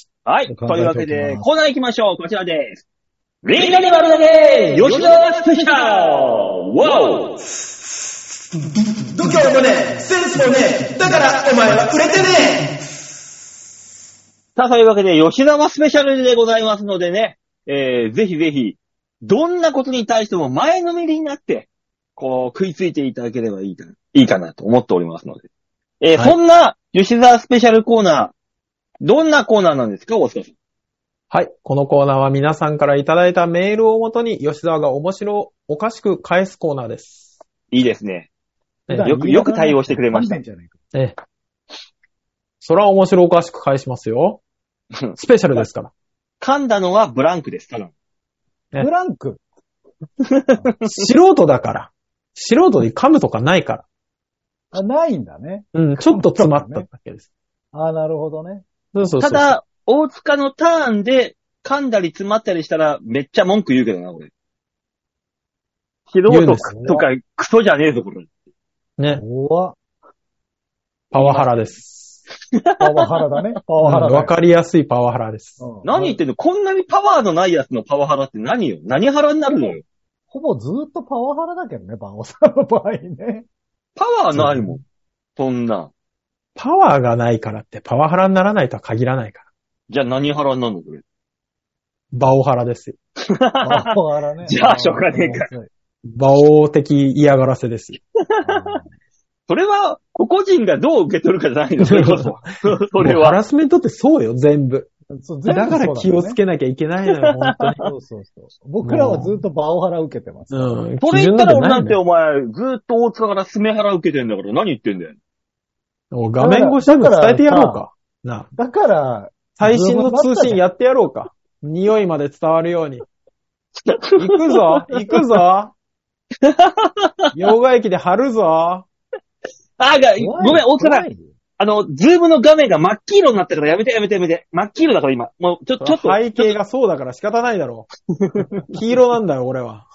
はい。はい、というわけで、コーナー行きましょう。こちらです。みんなで丸投げ吉田スペシャルワオ度胸もねえ、センスもねえ、だからお前は売れてねえ。 さあ、というわけで、吉沢スペシャルでございますのでね、えー、ぜひぜひ、どんなことに対しても前のめりになって、こう、食いついていただければいいかな、いいかなと思っておりますので。えーはい、そんな吉沢スペシャルコーナー、どんなコーナーなんですか、大塚さん。 はい。このコーナーは皆さんからいただいたメールをもとに、吉沢が面白おかしく返すコーナーです。 いいですね。よく、よく対応してくれました。 ええ。そら面白おかしく返しますよ。スペシャルですから。 噛んだのはブランクです、ただ。 ブランク素人だから。素人に噛むとかないから。 あ、ないんだね。 うん、ちょっと詰まっただけです。 あ、なるほどね。 そうそうそう。 ただ、大塚のターンで噛んだり詰まったりしたらめっちゃ文句言うけどな、俺。素人とかクソじゃねえぞ、これ。 ね。 怖っ。 パワハラです。 パワハラだね。パワハラだ、ね。 わ、うん、かりやすいパワハラです。 うん、何言ってんの？こんなにパワーのないやつのパワハラって何よ？何ハラになるのよ？ ほぼずーっとパワハラだけどね、パワさんの場合ね。 パワーないもん。そんな。 パワーがないからってパワハラにならないとは限らないから。 じゃあ何ハラになるのこれ？ バオハラですよ。 バオハラね。 じゃあしょうがねえから。 バオ的嫌がらせですよ。 それは、個々人がどう受け取るかじゃないのそれこそ。それは。 ハラスメントってそうよ、全部。 そう全部だから気をつけなきゃいけないのよ、本当に。 そうそうそう。僕らはずっとバオハラ受けてます。 うん。 それ言ったら俺なんて基準お前、ずっと大塚からスメハラ受けてんだから何言ってんだよ。 お画面越しでも伝えてやろうか。な。 だから、 最新の通信やってやろうか。匂いまで伝わるように。行くぞ行くぞ洋画駅で貼るぞあ、が、ごめん、大塚さん。あの、ズームの画面が真っ黄色になったからやめてやめてやめて。真っ黄色だから今。もう、ちょ、ちょっと。 背景がそうだから仕方ないだろう。黄色なんだよ、俺は。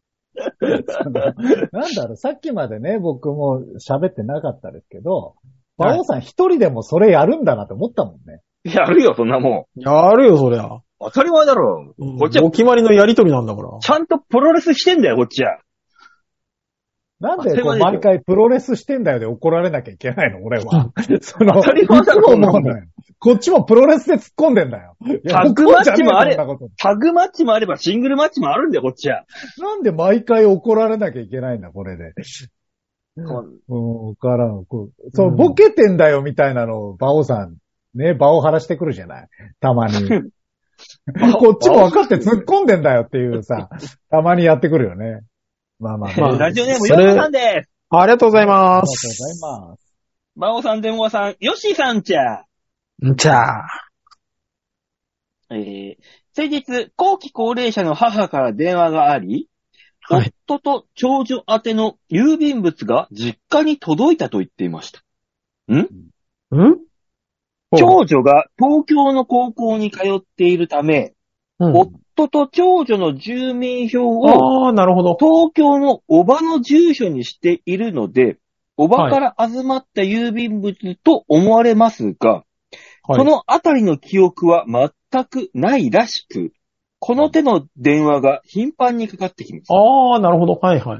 なんだろう、さっきまでね、僕も喋ってなかったですけど、馬王さん一人でもそれやるんだなって思ったもんね。 やるよ、そんなもん。 やるよ、そりゃ。 当たり前だろ。 うん、 こっちはお決まりのやりとりなんだから。 ちゃんとプロレスしてんだよ、こっちは。 なんでこう毎回プロレスしてんだよで怒られなきゃいけないの俺は。その、 当たり前だろ、 いつも思うんだよ。こっちもプロレスで突っ込んでんだよ。 タッグマッチもあれ、 そんなことタッグマッチもあればシングルマッチもあるんだよ、こっちは。 なんで毎回怒られなきゃいけないんだ、これで。うん、わからん。こうそう、ボケてんだよみたいなのを、馬王さん、ね、場を張らしてくるじゃないたまに。こっちも分かって突っ込んでんだよっていうさ、たまにやってくるよね。まあまあまあ。 ラジオネーム、ヨウさんです。 ありがとうございまありがとうす。 ございます。 馬王さん、デモアさん、ヨッシーさんちゃ。 んちゃー。 えー、先日、後期高齢者の母から電話があり、はい、夫と長女宛ての郵便物が実家に届いたと言っていました。んん長女が東京の高校に通っているため、うん、夫と長女の住民票を、 ああ、なるほど。 東京のおばの住所にしているので、おばから預まった郵便物と思われますが、はい、そのあたりの記憶は全くないらしく、この手の電話が頻繁にかかってきます。 ああ、なるほど。はいはい。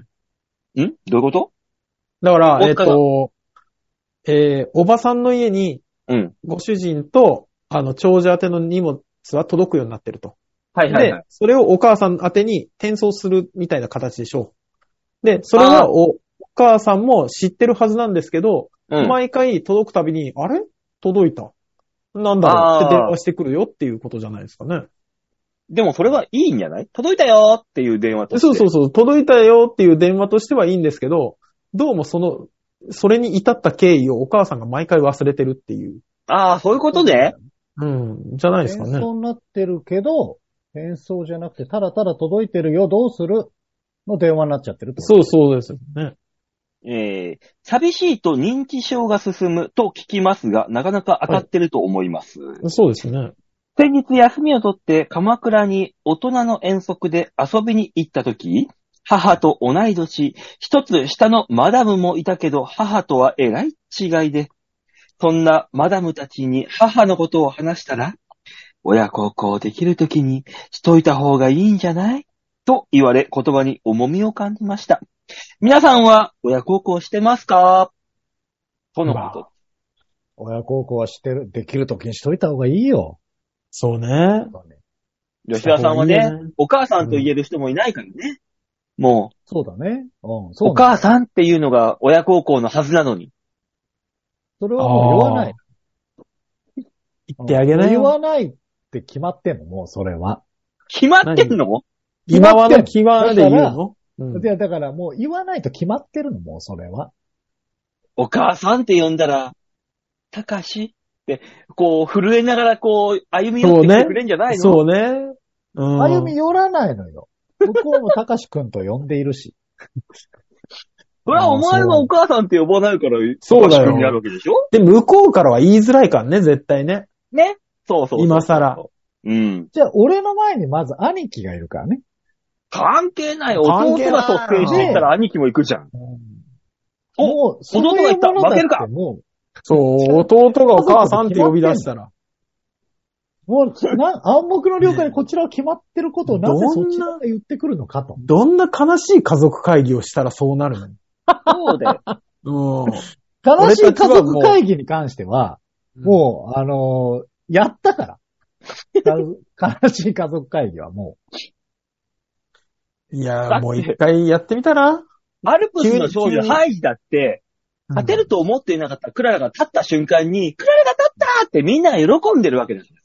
んどういうこと？ だから、えっと、えー、おばさんの家に、うん。ご主人と、あの、長女宛ての荷物は届くようになってると。 はいはいはい。 で、それをお母さん宛てに転送するみたいな形でしょう。で、それはお、お母さんも知ってるはずなんですけど、うん、毎回届くたびに、あれ届いた。なんだろうって電話してくるよっていうことじゃないですかね。 でもそれはいいんじゃない？届いたよっていう電話として。 そうそうそう。届いたよっていう電話としてはいいんですけど、どうもその、それに至った経緯をお母さんが毎回忘れてるっていう。 ああ、そういうことね。 うん。じゃないですかね。 転送になってるけど、転送じゃなくて、ただただ届いてるよ、どうするの電話になっちゃってるってこと。 そうそうですよね。 えー、寂しいと認知症が進むと聞きますが、なかなか当たってると思います。 はい、そうですね。 先日休みを取って鎌倉に大人の遠足で遊びに行ったとき、母と同い年、一つ下のマダムもいたけど、母とはえらい違いで、そんなマダムたちに母のことを話したら、親孝行できるときにしといた方がいいんじゃないと言われ、言葉に重みを感じました。皆さんは親孝行してますかとのこと。まあ、 親孝行はしてる、できるときにしといた方がいいよ。 そうね。 吉田さんはね、いいね、お母さんと言える人もいないからね。うん、もう。 そうだね。うん、 そう。お母さんっていうのが親孝行のはずなのに。 それはもう言わない。 言ってあげないよ。 言わないって決まってんの、もうそれは。 決まってんの？ 今はの決まで言うの？ うん、いや、だからもう言わないと決まってるの、もうそれは。 お母さんって呼んだら、たかしで、こう、震えながら、こう、歩み寄ってきてくれんじゃないの？ そうね。そうね。 うん、歩み寄らないのよ。向こうもたかしくんと呼んでいるし。 それはお前はお母さんって呼ばないから、 そうだよ。 になるわけでしょ？ で、向こうからは言いづらいからね、絶対ね。 ね。そうそうそう。 今更。 うん。 じゃあ、俺の前にまず兄貴がいるからね。 関係ない。弟が率先していったら兄貴も行くじゃん。お、 もう、 弟が行った。負けるか。 もうそう、弟がお母さんって呼び出したら。 もう、な、暗黙の了解でこちらは決まってることをなぜそちらが言ってくるのかと。 どんな悲しい家族会議をしたらそうなるの？ そうだよ。 うん。 悲しい家族会議に関しては、もう、あのー、やったから。悲しい家族会議はもう。いやー、もう一回やってみたら？ アルプスの少女ハイジだって、勝てると思っていなかったクララが立った瞬間に、クララが立ったってみんなが喜んでるわけです。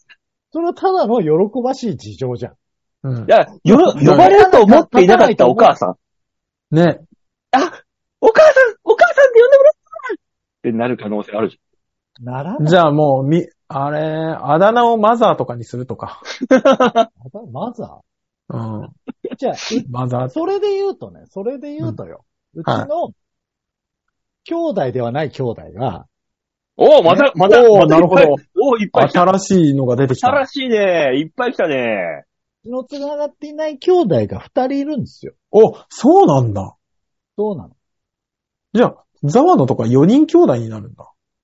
それはただの喜ばしい事情じゃん。 うん。 いや、よろ、呼ばれると思っていなかったお母さん。 ね。 あ、お母さん、お母さんって呼んでもらったってなる可能性あるじならない。 じゃあもう、み、あれ、あだ名をマザーとかにするとか。 マザうん。 ーじゃあ、 マザー。 それで言うとね、それで言うとよ。うちはいの、兄弟ではない兄弟が、 おお、また、また、 おーまたなるほどいっぱいおーいっぱい来た。 新しいのが出てきた。 新しいね。いっぱい来たね。 血の繋がっていない兄弟が二人いるんですよ。 お、そうなんだ。 そうなの。 じゃあ、ザワのとかよにん兄弟になるんだ。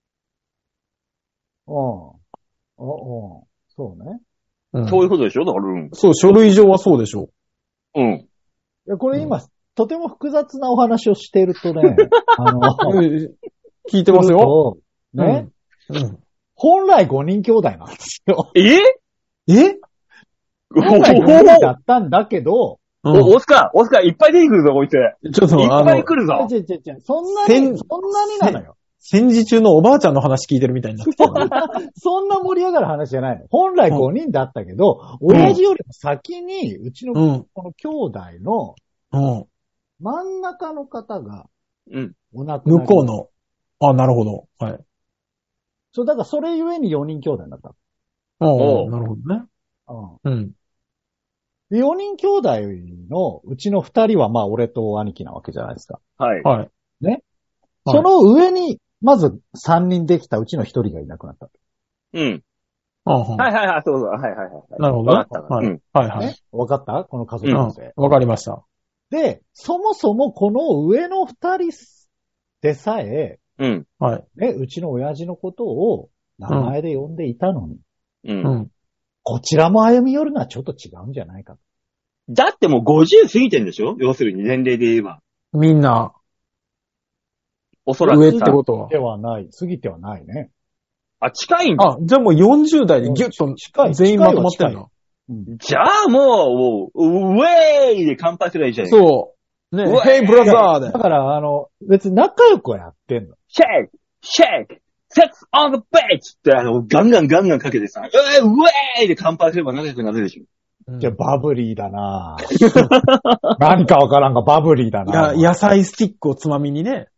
うん。うん、うん。そうね。 うん。 そういうことでしょだから、うん。 そう、書類上はそうでしょうん。 いや、これ今、とても複雑なお話をしているとね、あの、 う。え聞いてますよ。 ね、 うん。うん。 本来ごにん兄弟なんですよ。 ええ本来ごにんだったんだけど、 うお、オスカー、オスカーいっぱい出てくるぞ、こいつ。いっん。ちょっと、あの、 ぱい来るぞ。 違う違う違うそんな千に、そんなになのよ。 戦時中のおばあちゃんの話聞いてるみたいになってきた。 そんな盛り上がる話じゃないの。本来ごにんだったけど、親父よりも先に、うちのうん。 この兄弟のうん。 真ん中の方がうん。 お亡くなり。 向こうの。あ、なるほど。はい。 そう、だからそれゆえによにん兄弟になったおうああ、なるほどね。 の。うん。 うん。 で、よにん兄弟のうちのふたりはまあ俺と兄貴なわけじゃないですか。 はい。 はい。 ね。 はいその上に、まずさんにんできたうちのひとりがいなくなった。 うん。 ああ、 はいはいはい、そうそう。はいはいはい。 なるほどねわかった。 はいうん。 はいはい。 ね。わかったこの家族うん構成。。 わかりました。 で、そもそもこの上のふたりでさえ、 うん。 はい。 ね、うちの親父のことを名前で呼んでいたのに、 う。 うんん。 こちらも歩み寄るのはちょっと違うんじゃないかと。 だってもうごじゅう過ぎてんでしょ要するに年齢で言えば。 みんな、 おそらく。 上ってことはで。はない。過ぎてはないね。 あ、近いんだ。 あ、じゃあもうよんじゅう代でギュッと近い全員まとまってん近いだ。 うん。 じゃあもう、ウェイで乾杯すればいいじゃん。う。 そう。ねうわ、 ヘイブラザーでだ。から、あの、別に仲良くはやってんの。 シェイクシェイクセックスオンザベッチってあの、ガンガンガンガンかけてさ、うえウェイで乾杯すれば仲良くなるでしょ。 うんじゃあ、バブリーだな何かわからんがバブリーだなや野菜スティックをつまみにね。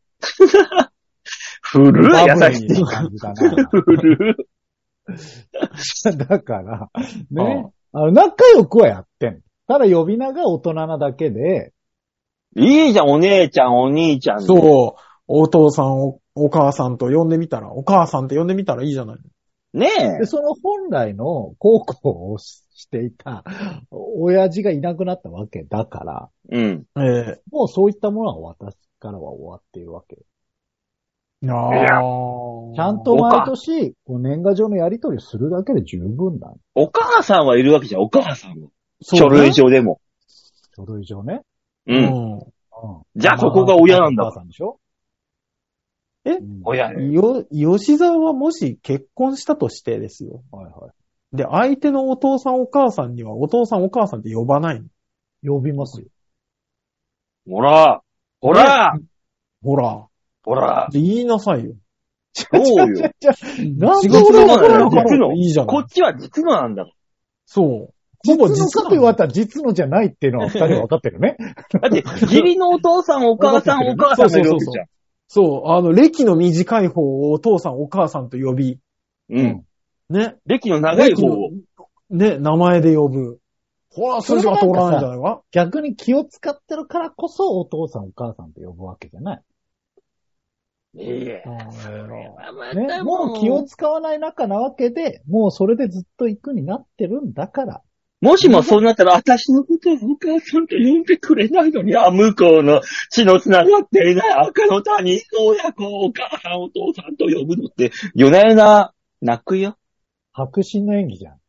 古いバ野菜スティッブリーな感じだなク。古い。 だから、ね。あの、仲良くはやってんの。ただ呼び名が大人なだけで、 いいじゃん、お姉ちゃん、お兄ちゃん。 そう。お父さん、おお母さんと呼んでみたら、お母さんって呼んでみたらいいじゃない。 ねで、その本来の孝行をしていた親父がいなくなったわけだから、 え。うん。 ええもうそういったものは私からは終わっているわけ。 いやーいやちゃんと毎年、こう年賀状のやり取りをするだけで十分だ。 お母さんはいるわけじゃん、お母さんも。 そうね書類上でも。 書類上ね。 う。 うんん。 うん。 じゃあそこが親なんだお母さんでしょえうん親ね。 よ、吉沢はもし結婚したとしてですよ。 はいはで、相手のお父さんお母さんにはお父さんお母さんって呼ばないの。 い。呼びますよ。 ほらほらほら。 ほら言いなさいよ。 そうよ。 なんで違う俺わからな実のいいじゃない。 こっちは実のなんだもん。 そう。 実のほぼ実かと言われたら実のじゃないっていうのは二人は分かってるね。 だって、義理のお父さん、お母さん、お母さんがいるわけじゃん。 そう、あの、歴の短い方をお父さんお母さんと呼び、 うん。 ね。 歴の長い方を。 ね、名前で呼ぶ。ほら、筋が通らないんじゃないか逆に気を使ってるからこそお父さんお母さんと呼ぶわけじゃない。 いやね、もう気を使わない仲なわけで、もうそれでずっと行くになってるんだから。 もしもそうなったら、私のことをお母さんと呼んでくれないのに、あ、向こうの血の繋がっていない赤の他人の親子をお母さん、お父さんと呼ぶのって、夜な夜な泣くよ。 白真の演技じゃん。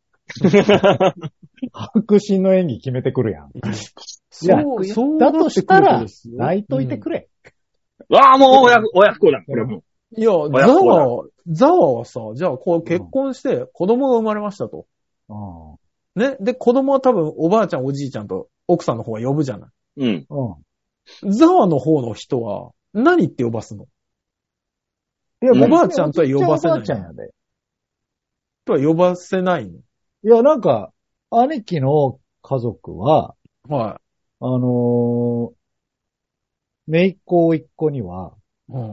白真の演技決めてくるやん。いやそう、そうだとしたら、 泣泣いといてくれ。 わあ、もう親子、親不孝だ。これもいや、 親ザ子だワ、ザワはさ、じゃあこう結婚して子供が生まれましたと。 うん。 ね。で、子供は多分おばあちゃんおじいちゃんと奥さんの方が呼ぶじゃない。 う。うん。 うん。 ザワの方の人は何って呼ばすのいやおばあちゃんとは呼ばせないおばあちゃんやで。 とは呼ばせないの。 いや、なんか、兄貴の家族は、 はあのー、姪っ子甥っ子には、 い。うん。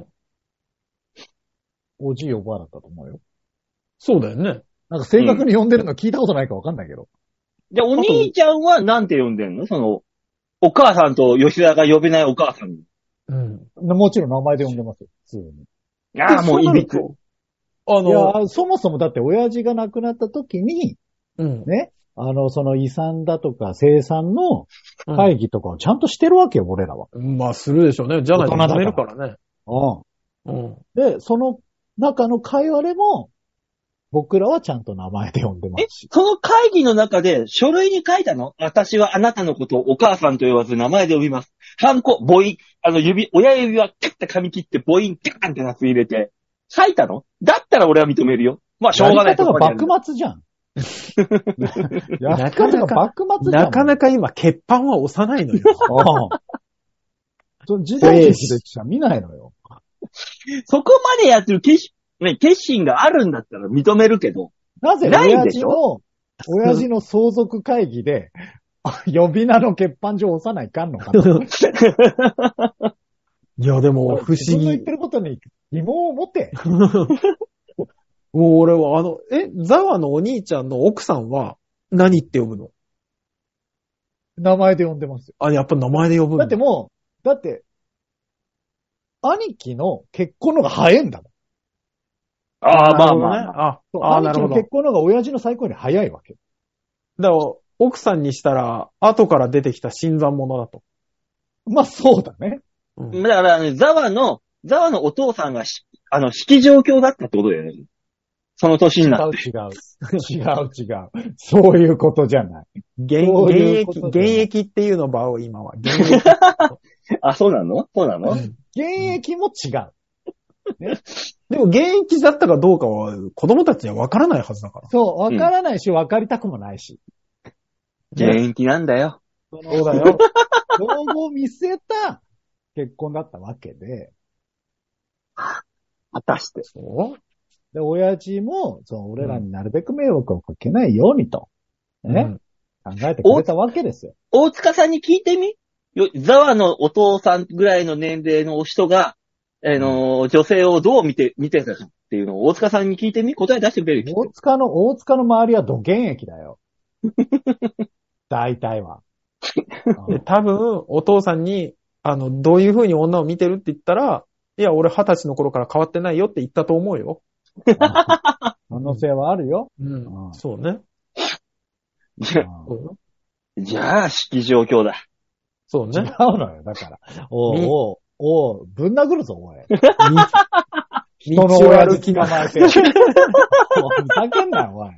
おじいおばあだったと思うよ。 そうだよね。 なんか正確に呼んでるの聞いたことないかわかんないけど。 じゃあ、お兄ちゃんはなんて呼んでんの？その、お母さんと吉田が呼べないお母さんに。 うん。 もちろん名前で呼んでますよ、普通に。 ああ、もういびつ。 あいの、 や、そもそもだって親父が亡くなった時に、 うん。 ね、あの、その遺産だとか生産のうん会議とかをちゃんとしてるわけよ、俺らは。 まあ、するでしょうね。じゃないと大人だから揉めるからね。 ううん。 ん。で、その中の会話でも、僕らはちゃんと名前で呼んでまえすし。 その会議の中で書類に書いたの？私はあなたのことをお母さんと呼ばず名前で呼びます。ハンコ、母音、あの指、親指はキュッて噛み切って母音キャーンってなす入れて、書いたの？だったら俺は認めるよ。まあ、しょうがない。 やり方が幕末じゃん。やり方が幕末じゃん。 なかなか今、欠板は押さないのよ。 ああ。その時代劇でしか見ないのよ。 そこまでやってる決,、ね、決心があるんだったら認めるけど、 なぜないん親父でしょ？ の、親父の相続会議で、呼び名の欠板状を押さないかんのかな。 いや、でも、不思議自分の言っ。てることに疑問を持て。 もう俺は、あの、え、ザワのお兄ちゃんの奥さんは、何って呼ぶの？ 名前で呼んでますよ。 あ、やっぱ名前で呼ぶんだってもう、だって、兄貴の結婚のが早いんだもん。 ああ、まあまあ、 なるほどね。あ、 そうあーなるほど。 兄貴の結婚のが親父の再婚より早いわけ。 だから、奥さんにしたら、後から出てきた新参者だと。 まあそうだね。 うんだから、ね、ザワの、ザワのお父さんがし、あの、式状況だったってことだよね。その年になって。 違う違う。違う違う。そういうことじゃない。 現そういう現役、 ことだよ現役っていうの場を今は。現役。 あ、そうなの？そうなの？ 現役も違う。 でも現役だったかどうかは子供たちには分からないはずだから。 そう、わからないし、わかりたくもないし。 現役なんだよ。 そうだよ。老後を見据えた結婚だったわけで、 果たして。 そうで、親父も、その、俺らになるべく迷惑をかけないようにと、ね、考えてくれたわけですよ。 大塚さんに聞いてみよザワのお父さんぐらいの年齢の人が、あのー、女性をどう見て、見てたかっていうのを大塚さんに聞いてみ答え出してくれるよ。 大塚の、大塚の周りは土現役だよ。大体は。 で、多分、お父さんに、あの、どういう風に女を見てるって言ったら、いや、俺二十歳の頃から変わってないよって言ったと思うよ。 可能性はあるよ。 うんうんそうね。 じゃうんじゃあ、式状況だ。 そう違うね。 のよ。だから。おうおう、おう、ぶん殴るぞ、おい。人の道を親父歩きな捕まえて。もうふざけんなよ、おい。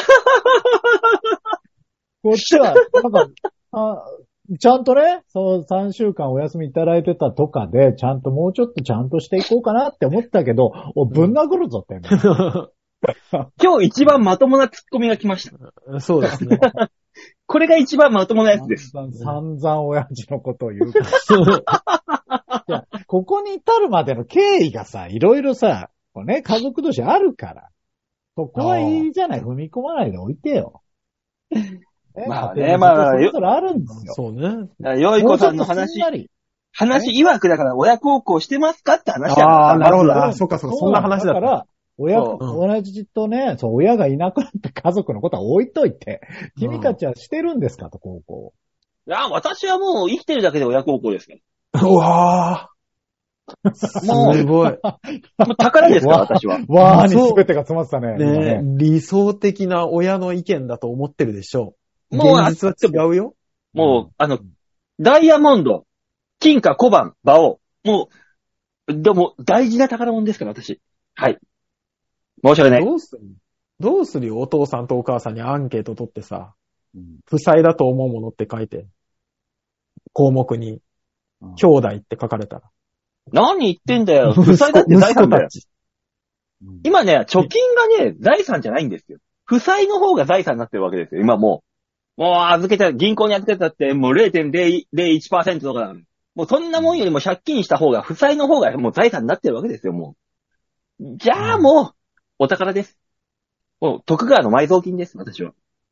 こっちは、なんか、あちゃんとね、そう、さんしゅうかんお休みいただいてたとかで、ちゃんともうちょっとちゃんとしていこうかなって思ったけど、お、ぶん殴るぞって。 今日一番まともなツッコミが来ました。 そうですね。 これが一番まともなやつです。 散々散々親父のことを言うから。いや、ここに至るまでの経緯がさ、いろいろさ、こうね、家族同士あるから。そこはいいじゃない、踏み込まないでおいてよ。ねまあね家庭のまあそれぞれあるんですよ。 そうね。 よいこさんのもうちょっと話すん、なり話曰くだから親孝行してますかって話だああ、なるほど。 まあそっかそっか、そんな話だった。 だから、親、 そ同じとね、そう、親がいなくなった家族のことは置いといて、君たちはしてるんですかと、高校。 いや、私はもう生きてるだけで親孝行ですから。 うわー。すもうごい。 もう宝ですから、私は。 わーに全てが詰まってたね。今ねね理想的な親の意見だと思ってるでしょう。 もう現実は違うよ。 もう、あの、ダイヤモンド、金貨、小判、馬王。もう、でも、大事な宝物ですから、私。はい。申し訳ない。 どうするどうするよ、お父さんとお母さんにアンケート取ってさ、 うん負債だと思うものって書いて、項目に、 うん兄弟って書かれたら。 何言ってんだよ。負債だって財産だよ。 ち。 うん今ね、貯金がね、財産じゃないんですよ。負債の方が財産になってるわけですよ、今もう。もう預けた、銀行に預けたってもう ゼロてんゼロいちパーセント とかなの。もうそんなもんよりも借金した方が、負債の方がもう財産になってるわけですよ、もう。じゃあもう、お宝です。もう、徳川の埋蔵金です、私は。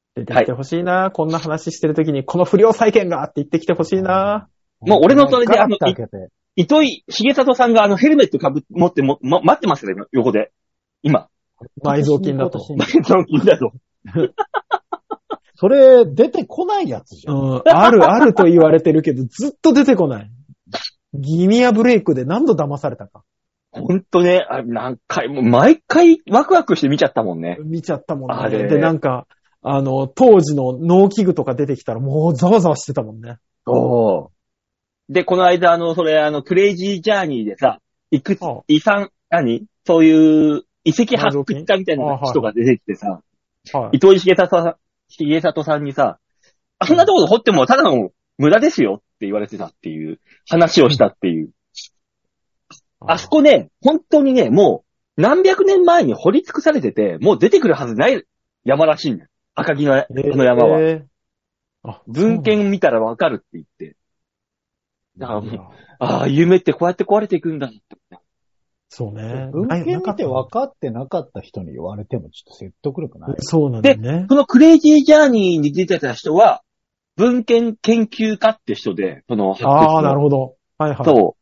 出てきてほしいな、はい、こんな話してるときに、この不良債権がって言ってきてほしいな。 もう俺のそれで、あの、糸井重里さんがあのヘルメットかぶ持っても、ま、待ってますよね、横で。今。 埋蔵金だと。 埋蔵金だと。 それ、出てこないやつじゃん。 うん。ある、あると言われてるけど、ずっと出てこない。ギミアブレイクで何度騙されたか。 ほんとね、あ何回も、毎回ワクワクして見ちゃったもんね。 見ちゃったもんね。 あれで、なんか、あの、当時の農機具とか出てきたらもうざわざわしてたもんね。 おー。で、この間、あの、それ、あの、クレイジージャーニーでさ、いくつ、遺産、何そういう遺跡発掘家みたいな人が出てきてさ、はい、糸井重里さん、重里さんにさ、あんなところ掘ってもただの無駄ですよって言われてたっていう話をしたっていう。あそこね、本当にね、もう何百年前に掘り尽くされてて、もう出てくるはずない山らしいんだよ。赤城の、あの山は。えー、あ文献見たらわかるって言って。だからもう、ああ、夢ってこうやって壊れていくんだって。 そうね。 文献見て分かってなかった人に言われてもちょっと説得力ない。 そうなんだよね。 で、このクレイジージャーニーに出てた人は、文献研究家って人で、その発掘の。 ああ、なるほど。はいはい。 そう。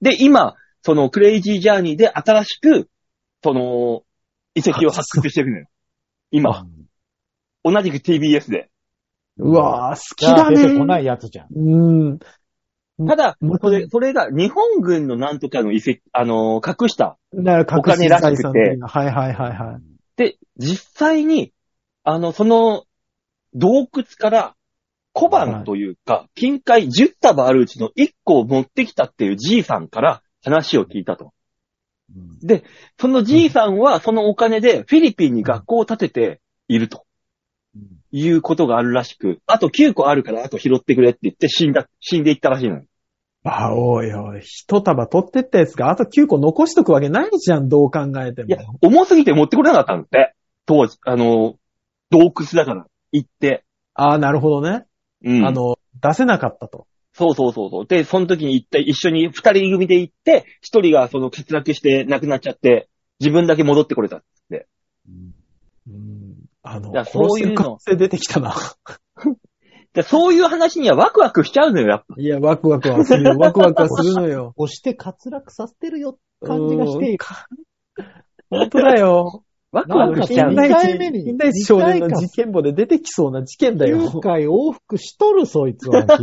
で、今、そのクレイジージャーニーで新しく、その、遺跡を発掘してるのよ。今。同じく ティービーエス で。 うわぁ、好きだね。 出てこないやつじゃん。 うん。 ただ、それ、それが日本軍のなんとかの遺跡、あのー、隠したお金らしくて。はいはいはいはい。 で、実際に、あの、その洞窟から小判というか、はい、金塊じゅう束あるうちのいっこを持ってきたっていうじいさんから話を聞いたと。うん、で、そのじいさんはそのお金でフィリピンに学校を建てていると。いうことがあるらしく、あときゅうこあるからあと拾ってくれって言って死んだ、死んでいったらしいのよ。 あ、おいおい、一束取ってったやつがあときゅうこ残しとくわけないじゃん、どう考えても。 いや、重すぎて持ってこれなかったんだって。当時、あの、洞窟だから、行って。 ああ、なるほどね。うん。あの、出せなかったと。 そうそうそうそう。で、その時に行って、一緒に二人組で行って、一人がその欠落して亡くなっちゃって、自分だけ戻ってこれたって。うん。 うんあの、 そういうの。 出てきたな。 そういう話にはワクワクしちゃうのよ、やっぱ。 いや、ワクワクはするよ。ワクワクはするのよ。 押して滑落させてるよ、感じがしていい。 本当だよ。 ワクワクしちゃう。 近代一、近代一少年の事件簿で出てきそうな事件だよ。 きゅうかい往復しとる、そいつは。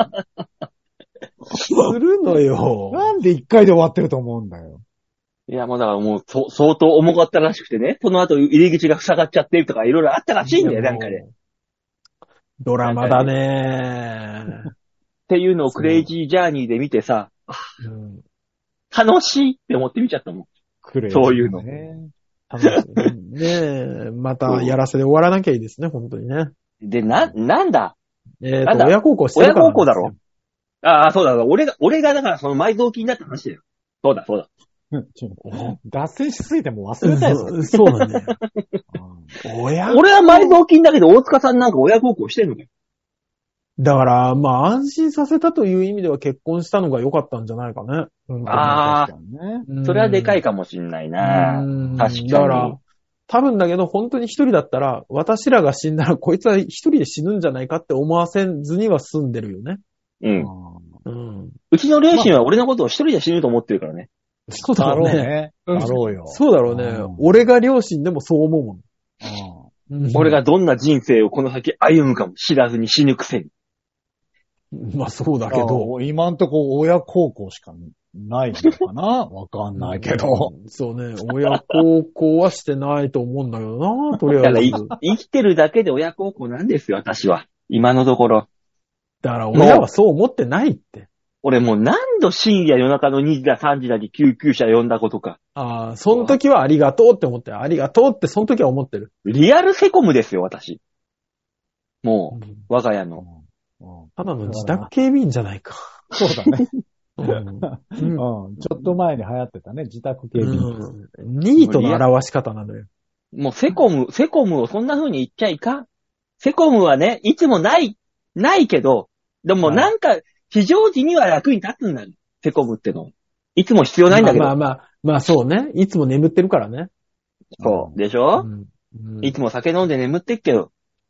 するのよ。 なんでいっかいで終わってると思うんだよ。 いや、もうだからもう、そ、相当重かったらしくてね。その後、入り口が塞がっちゃってるとか、いろいろあったらしいんだよ、なんかで。 ドラマだねー。 っていうのをクレイジージャーニーで見てさ、うん、楽しいって思って見ちゃったもん。クレイジー、ね、そういうの。 楽しい。ねえ、またやらせで終わらなきゃいいですね、本当にね。 で、な、なんだえーと、親孝行してるから。親孝行だろ。ああ、そうだ、俺が、俺がだからその埋蔵金だって話だよ。そうだ、そうだ。 脱線しすぎても忘れたよ。 そうだね。 親俺は埋蔵金だけど、大塚さんなんか親孝行してんのかよ。 だから、まあ、安心させたという意味では結婚したのが良かったんじゃないかね。 うん、ああ、ね、それはでかいかもしんないな。確かに。 だから、多分だけど、本当に一人だったら、私らが死んだら、こいつは一人で死ぬんじゃないかって思わせずには済んでるよね。 うん。うん、うちの両親は俺のことを一人で死ぬと思ってるからね。 そうだろうね。 だろうよ。 そうだろうね。俺が両親でもそう思うもん。 うん、俺がどんな人生をこの先歩むかも知らずに死ぬくせに。 まあそうだけど。 今んとこ親孝行しかないのかなわかんないけど。 そうね。親孝行はしてないと思うんだけどな、とりあえず。 だから生きてるだけで親孝行なんですよ、私は。今のところ。 だから親はそう思ってないって。 俺もう何度深夜夜中のにじださんじだに救急車呼んだことか。 ああ、その時はありがとうって思ってる。ありがとうってその時は思ってる。 リアルセコムですよ、私。もう、うん、我が家の。 ただの自宅警備員じゃないか。 そうだね。うんうん、ちょっと前に流行ってたね、自宅警備員。 うん、ニートの表し方なのよ。 もうセコム、セコムをそんな風に言っちゃいかん。セコムはね、いつもない、ないけど、でもなんか、非常時には役に立つんだよ。セコムっての。いつも必要ないんだけど。 まあまあまあ、まあそうね。いつも眠ってるからね。 そう。でしょ、うんうん、いつも酒飲んで眠ってっけど、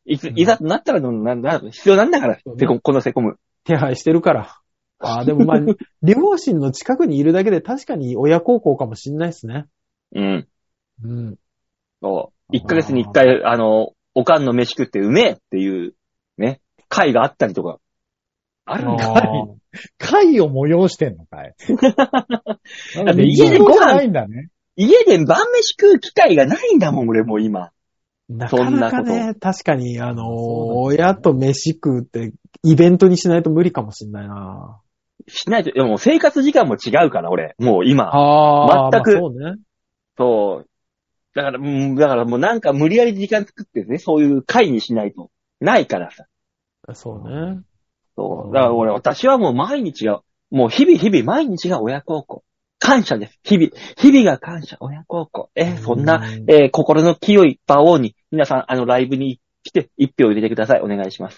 いつ、いざとなったらな、な、必要なんだから、 そうねセコム、このセコム。 手配してるから。ああ、でもまあ、両親の近くにいるだけで確かに親孝行かもしんないですね。 うん。 うん。 そう。いっかげつにいっかい、あの、おかんの飯食ってうめえっていう、ね、会があったりとか。あるんだ。 会を催してんのかい。 だって家でご飯ないんだね。 家で晩飯食う機会がないんだもん、俺もう今。 なかなかね、確かに、あのー、 そうだね親と飯食うってイベントにしないと無理かもしんないな。 しないと、でも生活時間も違うから、俺。もう今。 ああ、 全くまあそうね。 そう。だから、うん、だからもうなんか無理やり時間作ってね、そういう会にしないと。ないからさ。 そうね。 そう。だから俺、私はもう毎日が、もう日々日々毎日が親孝行。感謝です。日々。日々が感謝。親孝行。えー、そんな、えー、心の清い場をに、皆さん、あの、ライブに来て、一票入れてください。お願いします。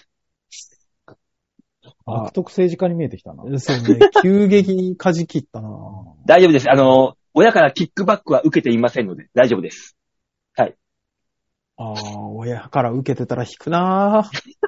悪徳政治家に見えてきたな。 そうね。急激に舵切ったな。 大丈夫です。あの、親からキックバックは受けていませんので、大丈夫です。はい。 ああ、親から受けてたら引くな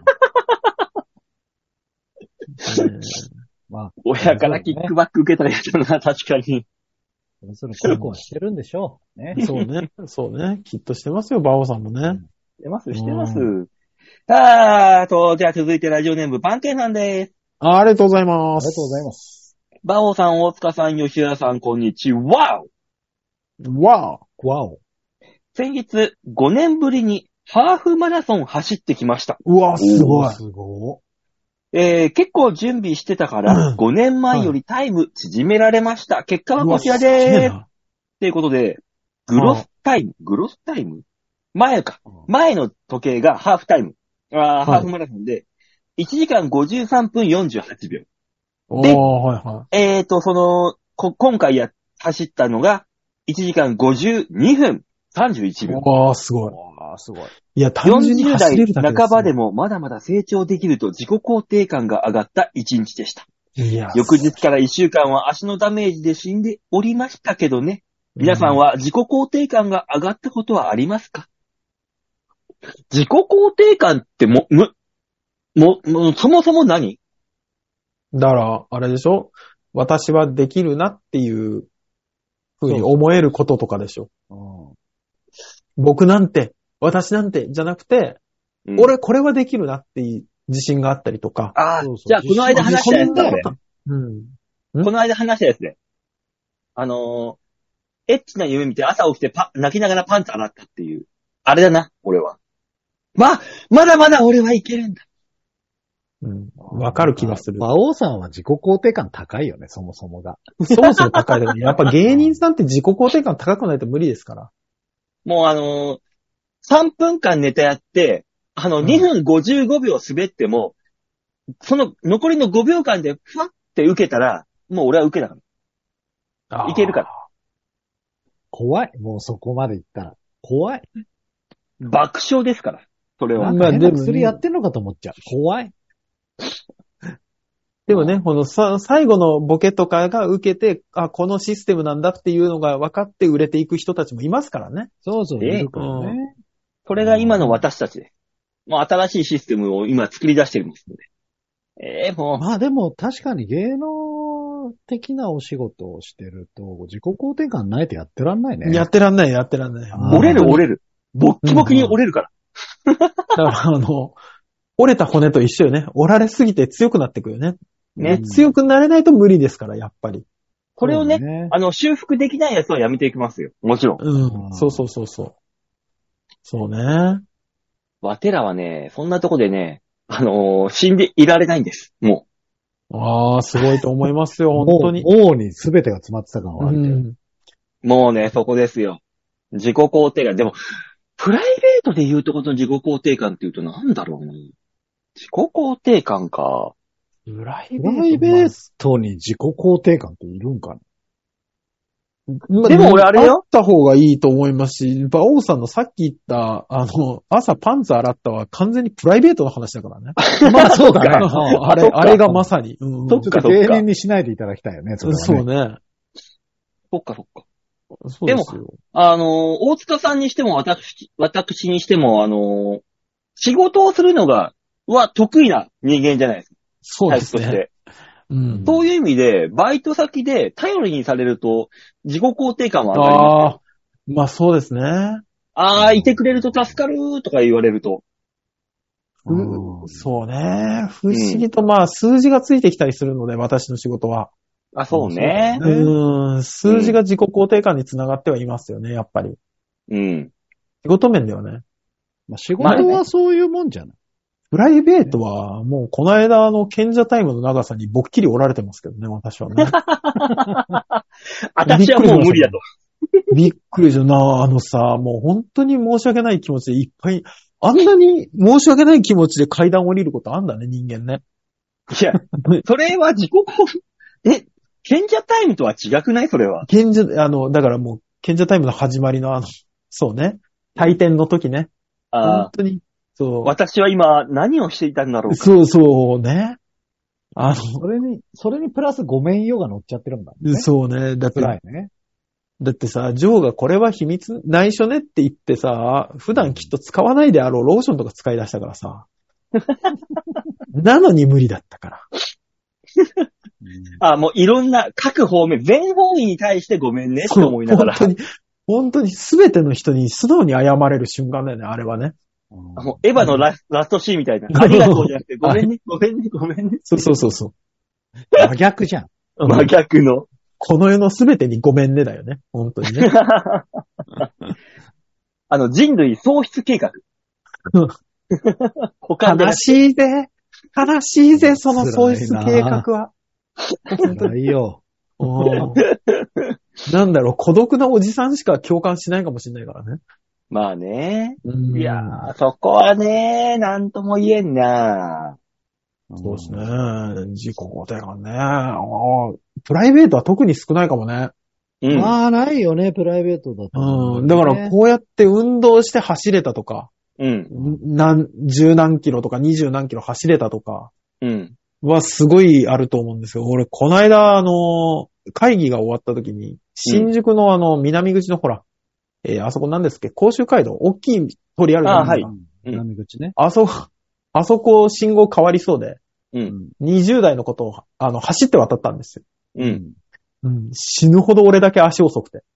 ねまあ、 親からキックバック受けたらやったな、確かに。 それ孝行はしてるんでしょう。ね。 そうね。そうね。きっとしてますよ、バオさんもね。 してます、してますう。 さあ、と、じゃあ続いてラジオネーム、バンケンさんです。 ありがとうございあます。 りがとうございます。 バオさん、大塚さん、吉田さん、こんにちは。 わわお。 先日、ごねんぶりにハーフマラソン走ってきました。 お。うわ、すごい。 すごえー、結構準備してたから、ごねんまえよりタイム縮められました。結果はこちらでーす。ということで、グロスタイム、グロスタイム前か。前の時計がハーフタイム。あー、はい、ハーフマラソンで、いちじかんごじゅうさんぷんよんじゅうはちびょう。で、 はいはい、 えーと、その、こ、今回や、走ったのが、いちじかんごじゅうにふんさんじゅういちびょう。 ああ、すごい。 ああ、すごい。 いや、単純に走れるだけよんじゅう代半ばでもまだまだ成長できると自己肯定感が上がった一日でした。 いや。 翌日からいっしゅうかんは足のダメージで死んでおりましたけどね。皆さんは自己肯定感が上がったことはありますか？自己肯定感っても、む、も、もそもそも何？ だから、あれでしょ？私はできるなっていうふうに思えることとかでしょ。うん、僕なんて、私なんて、じゃなくて、うん、俺これはできるなっていう自信があったりとか。 ああ、そうそうじゃあこの間話したやつだね。 うん。 この間話したやつで。あのー、エッチな夢見て朝起きてパ泣きながらパンツ洗ったっていう。あれだな、俺は。ま、まだまだ俺はいけるんだ。 うん。わかる気がする。 馬王さんは自己肯定感高いよね、そもそもが。 そもそも高いだけど、やっぱ芸人さんって自己肯定感高くないと無理ですから。 もうあのー、さんぷんかんネタやって、あの、にふんごじゅうごびょう滑っても、うん、その残りのごびょうかんでふわって受けたら、もう俺は受けだから。いけるから。 怖い。もうそこまでいったら。怖い。 爆笑ですから。それは。 まあ、でも薬やってんのかと思っちゃう。怖い。 でもね、このさ、最後のボケとかが受けて、あ、このシステムなんだっていうのが分かって売れていく人たちもいますからね。 そうそう、いるからね。 それが今の私たちです。もう新しいシステムを今作り出してるんですので。ええー、もう。 まあでも確かに芸能的なお仕事をしてると、自己肯定感ないとやってらんないね。 やってらんない、やってらんない。 折れる折れる。ボッキボキに折れるから。 うん、だからあの、折れた骨と一緒よね。折られすぎて強くなってくよね。ね、強くなれないと無理ですから、やっぱり。 これをね、ねあの、修復できないやつはやめていきますよ。もちろん。 うん。そうそうそうそう。そうね。 わてらはね、そんなとこでね、あのー、死んでいられないんです。もう。ああ、すごいと思いますよ、本当に。 王に全てが詰まってた感はあるけど、うん。 もうね、そこですよ。自己肯定感。でも、プライベートで言うとこの自己肯定感って言うとなんだろうね。自己肯定感か。 プライベート、プライベートに自己肯定感っているんかな、 まあ、でも俺あれよ。あった方がいいと思いますし、馬王さんのさっき言った、あの、朝パンツ洗ったは完全にプライベートの話だからね。 まあそうだね。 あれ、あれがまさに。 うん、ちょっと芸人にしないでいただきたいよね、それはね。 そうね。 そっかそっか。 そうですよ。 でも、あの、大塚さんにしても、私、私にしても、あの、 仕事をするのが、は得意な人間じゃないですか。 そうですね。 タイプとして。 うん。 そういう意味で、バイト先で頼りにされると、自己肯定感は上がりますああ、まあそうですね。 ああ、いてくれると助かるとか言われると。 うそうね。不思議と、まあ数字がついてきたりするので、私の仕事は。 あ、そうね。 うーん、数字が自己肯定感につながってはいますよね、やっぱり。 うん。 仕事面ではね。 まあ、仕事はそういうもんじゃない。 プライベートは、もうこの間の賢者タイムの長さにぼっきり折られてますけどね、私はね。 私はもう無理だと。 びっくりしたな。あのさ、もう本当に申し訳ない気持ちでいっぱい、あんなに申し訳ない気持ちで階段降りることあんだね、人間ね。 いや、それは自己肯、え、賢者タイムとは違くないそれは。 賢者、あの、だからもう、賢者タイムの始まりのあの、そうね。退店の時ね。 あ本当に、そう。 私は今何をしていたんだろうか。 そうそうね。あの、 それに、それにプラスごめんよが乗っちゃってるんだもんね。 そうね。だって、 辛いね。 だってさ、ジョーがこれは秘密、内緒ねって言ってさ、普段きっと使わないであろうローションとか使い出したからさ。なのに無理だったから。 あ、もういろんな、各方面、全方位に対してごめんねって思いながら。 本当に、本当に全ての人に素直に謝れる瞬間だよね、あれはね。 もうエヴァのラス、ラストシーンみたいな。ありがとうじゃなくて、ごめんね、ごめんね、ごめんね。 そうそうそうそう。 真逆じゃん。 真逆の。 この世の全てにごめんねだよね。本当にね。 あの、人類喪失計画。他で悲しいぜ。悲しいぜ、その喪失計画は。 辛いよ。 なんだろう、孤独なおじさんしか共感しないかもしれないからね。 まあね。 うんいやー、そこはね、なんとも言えんな。 そうですね。自己肯定感ね。あープライベートは特に少ないかもね。 うん。 まあ、ないよね、プライベートだと、 うん。だから、こうやって運動して走れたとか、 うん。 何、十何キロとか二十何キロ走れたとかうん。 はすごいあると思うんですよ。俺、この間、あの、会議が終わった時に、新宿のあの、南口のほら、えーあそこなんですっけ、甲州街道、大きい通りあるじゃないですか。 あはいうん南口ね。 あそこ、あそこ信号変わりそうで、 うん。 にじゅう代のことを、あの、走って渡ったんですよ。 うん。 うん、死ぬほど俺だけ足遅くて。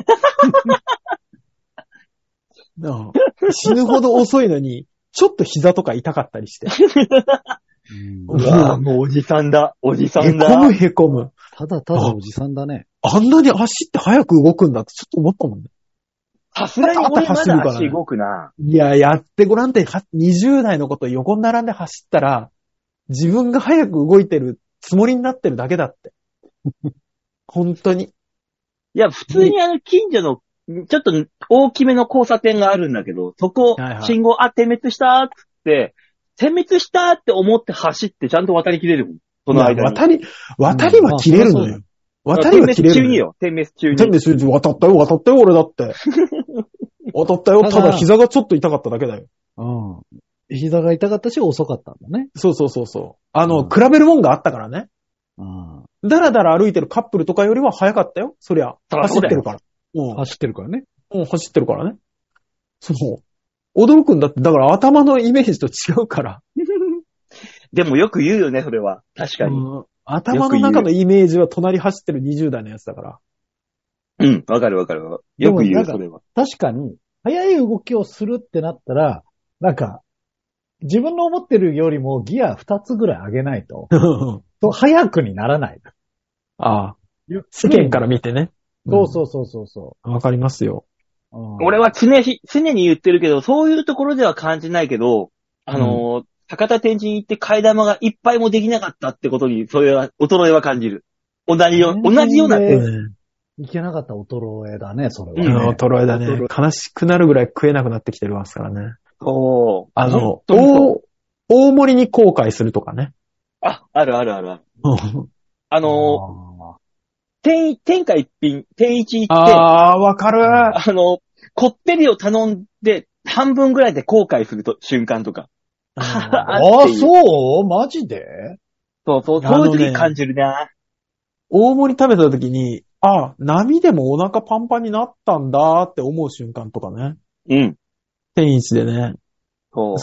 なあ死ぬほど遅いのに、ちょっと膝とか痛かったりして。 うんうわぁ、もうおじさんだ。おじさへんだ。 こむへこむ。 ただただおじさんだね。 あんなに足って早く動くんだってちょっと思ったもんね。 さすがに俺まだ走るからね足動くな。 いや、やってごらんって、はにじゅう代のこと横に並んで走ったら、自分が早く動いてるつもりになってるだけだって。本当に。 いや、普通にあの、近所の、ちょっと大きめの交差点があるんだけど、そこはいは、い信号、あ、点滅したーって、点滅したーって思って走ってちゃんと渡りきれるもん。その間に。 渡り、渡りは切れるのよ。渡りは切れるのよ。 点滅中によ。 点滅中に渡ったよ、渡ったよ、俺だって。渡ったよ、ただ膝がちょっと痛かっただけだよ。 うん。膝が痛かったし遅かったんだね。 そうそうそうそう。あの、 うん比べるもんがあったからね。 うん。 だらだら歩いてるカップルとかよりは早かったよ。そりゃ。 そりゃそうだよ走ってるから。うん。 走ってるからね。 うん、走ってるからね。そう。驚くんだって、だから頭のイメージと違うから。 でもよく言うよね、それは。確かに。 うん、頭の中のイメージは隣走ってるにじゅう代のやつだから。 うん、わかるわかるわかる。よく言う、 でもなんかそれは。 確かに、速い動きをするってなったら、なんか、自分の思ってるよりもギアふたつぐらい上げないと、と速くにならない。 ああ。世間から見てね。 そうそうそうそうそわかりますよ。 う。うん俺は常に、常に言ってるけど、そういうところでは感じないけど、あのー、博多天神に行って替え玉がいっぱいもできなかったってことに、それは、衰えは感じる。同じよ、同じようなえ点。 うんいけなかった衰えだね、それうんは、ね。 衰えだね。悲しくなるぐらい食えなくなってきてますからね。 そう。 あの本、当にそう大、大盛りに後悔するとかね。 あ、あるあるあるある。ああのー、天、天下一品、天一行って、あああ、わかる。 の、こってりを頼んで、半分ぐらいで後悔すると瞬間とか。 あああ、そうマジでそうそう、 あのねそういう時感じるな。 大盛り食べた時に、あ、波でもお腹パンパンになったんだって思う瞬間とかね。 うん。 天一でね。 そう。 そう。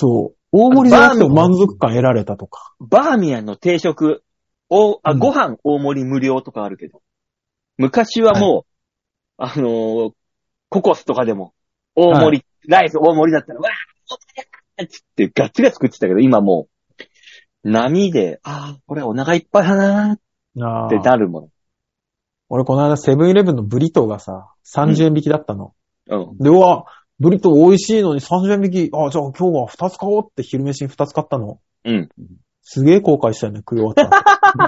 大盛りじゃなくても満足感得られたとか。 バーミヤンの定食、おあ、 うんご飯大盛り無料とかあるけど。昔はもう、はい、あのー、ココスとかでも、大盛り、はい、ライス大盛りだったら、わー大盛りだって言ってガッツガツ食ってたけど、今もう、波で、ああ、これお腹いっぱいだなーってなるもの。 俺この間セブンイレブンのブリトーがさ、さんじゅうえん引きだったの。 うん。 で、うわ、ブリトー美味しいのにさんじゅうえん引き、あ、じゃあ今日はふたつ買おうって昼飯にふたつ買ったの。 うん。 すげえ後悔したよね、食い終わった。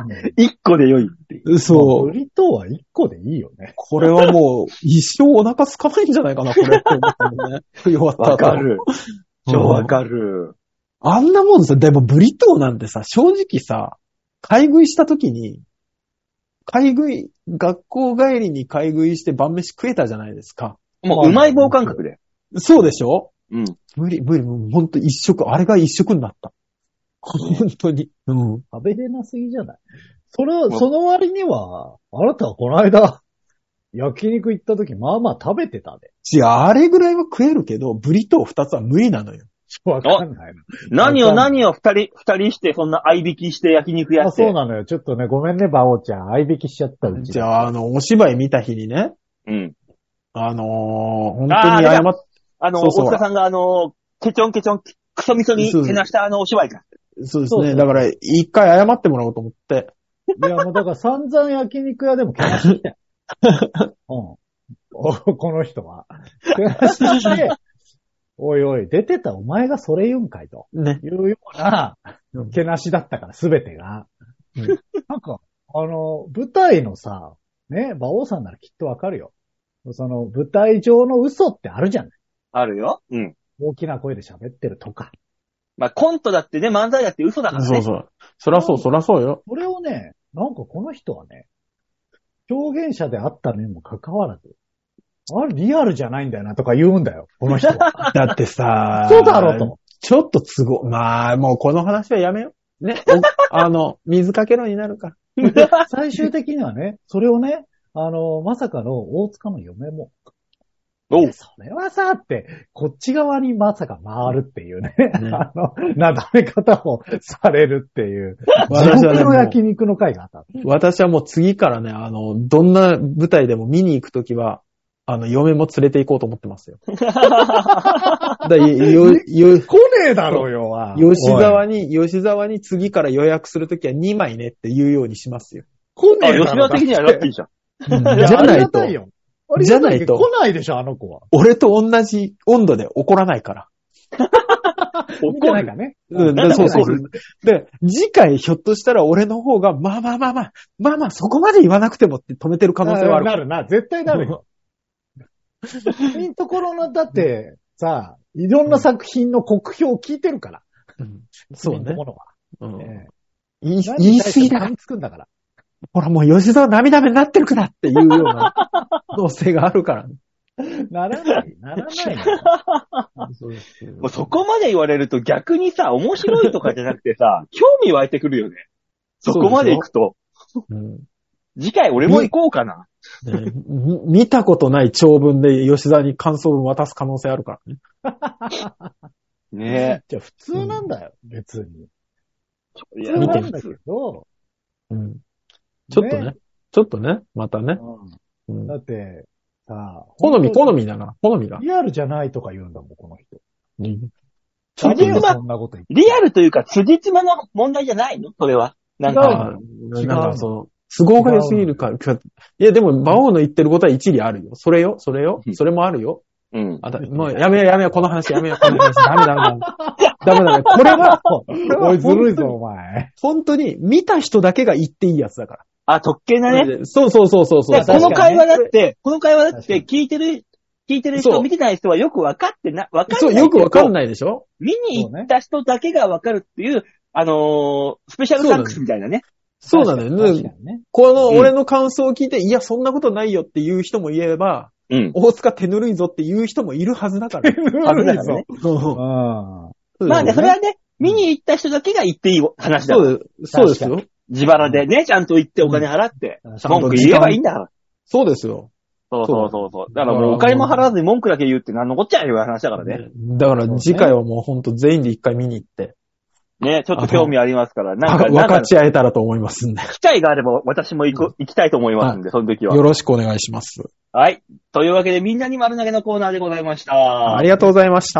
いっこで良いっていう。 そう。 ブリトーはいっこでいいよね。 これはもう、一生お腹空かないんじゃないかな、これって思ったんだね。食い終わった後。 わかる。超わかる。 あんなもんさ、でもブリトーなんてさ、正直さ、買い食いした時に、買い食い、学校帰りに買い食いして晩飯食えたじゃないですか。 もううまい棒感覚で。 そうでしょ？ うん。 無理、無理、もうほんと一食、あれが一食になった。本当に。うん。 食べれなすぎじゃない？それ、その割には、あなたはこの間、焼肉行った時、まあまあ食べてたで。 違う、あれぐらいは食えるけど、ブリトー二つは無理なのよ。 わかんないな。 何を何を二人、二人してそんな合いびきして焼肉やって。 あ、そうなのよ。ちょっとね、ごめんね、バオちゃん。合いびきしちゃったうち。 じゃあ、あの、お芝居見た日にね。 うん。 あのー、本当に謝っ、 あの、大塚さんがあの、ケチョンケチョン、クソ味噌にけなしたあのお芝居か。 そうですね。だから、一回謝ってもらおうと思って。 いや、もうだから散々焼肉屋でもけなしてきたよ。うん。この人は。けなして、おいおい、出てたお前がそれ言うんかいと。ね。いうような、けなしだったから、すべてが。うん、なんか、あの、舞台のさ、ね、馬王さんならきっとわかるよ。その、舞台上の嘘ってあるじゃない。 あるよ。うん。 大きな声で喋ってるとか。 まあ、コントだってね、漫才だって嘘だからね。 そうそう。そらそう、そらそうよ。 それをね、なんかこの人はね、表現者であったにもかかわらず、あれリアルじゃないんだよなとか言うんだよ、この人は。 だってさ、 そうだろうと。 ちょっと都合、まあ、もうこの話はやめよう。ね。あの、水かけろになるから。 最終的にはね、それをね、あの、まさかの大塚の嫁も、 おうそれはさ、って、こっち側にまさか回るっていうね、ねあの、なだめ方をされるっていう、地獄の焼肉の会があった。 私はもう次からね、あの、どんな舞台でも見に行くときは、あの、嫁も連れて行こうと思ってますよ。だよ、よ、よ、 来ねえだろうよ、は。 吉沢に、吉沢に次から予約するときはにまいねって言うようにしますよ。 来ねえだろ。 吉沢的にはラッキーじゃん。 うん、じゃないと。 じゃないと。来ないでしょ、あの子は。 俺と同じ温度で怒らないから。 怒らないかね。 うん、そうそう。で、次回ひょっとしたら俺の方が、まあまあまあまあ、まあまあそこまで言わなくてもって止めてる可能性はある。 なるな、絶対なるよ。いいところの、だって、さ、いろんな作品の国評を聞いてるから。 うん、そうね。 うん、 えー、言い、言い過ぎだ。 噛みつくんだから。 ほらもう吉沢涙目になってるからっていうような可能性があるからね。 ならない、ならないの。 そうもうそこまで言われると逆にさ、面白いとかじゃなくてさ、興味湧いてくるよね。そこまで行くと。うん、次回俺も行こうかな。 ね、見たことない長文で吉沢に感想文渡す可能性あるからね。 ねえ。じゃあ普通なんだよ、うん、別に。 いや、 普通なんだけど、 うん。ちょっとね。ねちょっとね。またね。 うん、だって、さあ。 好み、好みだな。好みが。 リアルじゃないとか言うんだもん、この人。 うん。ちょっとそんなこと言って。リアルというか、辻褄の問題じゃないのそれは。なんか、 違う。なんかその、都合が良すぎるか。いや、でも、馬王の言ってることは一理あるよ。それよ、それよ。それもあるよ。 うん。 あたもうやめようやめよう、この話やめよう、この話。ダメダメダメ。ダメダメ。これは、 おい、ずるいぞ、お前。 本当に、見た人だけが言っていいやつだから。 あ、特権だね。 そうそうそうそうそう。 この会話だって、この会話だって、聞いてる、聞いてる人、見てない人はよく分かってな、分かんない。 そう、よく分かんないでしょ？ 見に行った人だけが分かるっていう、あのー、スペシャルサンクスみたいなね。 そうなのよね。この俺の感想を聞いて、いや、そんなことないよっていう人もいれば、うん、大塚手ぬるいぞっていう人もいるはずだから。 手ぬるいぞ。 まあね、それはね、見に行った人だけが言っていい話だ。 そうです。そうですよ。 自腹でね、ちゃんと言ってお金払って、文句言えばいいんだから。 そうですよ。 そうそうそうそう。だからもうお金も払わずに文句だけ言うって何のこっちゃいう話だからね。 だから次回はもうほんと全員で一回見に行って。 ね、ちょっと興味ありますから、なんか、 分かち合えたらと思いますんで。 機会があれば私も行く、行きたいと思いますんで、その時は。 よろしくお願いします。 はい。というわけでみんなに丸投げのコーナーでございました。 ありがとうございました。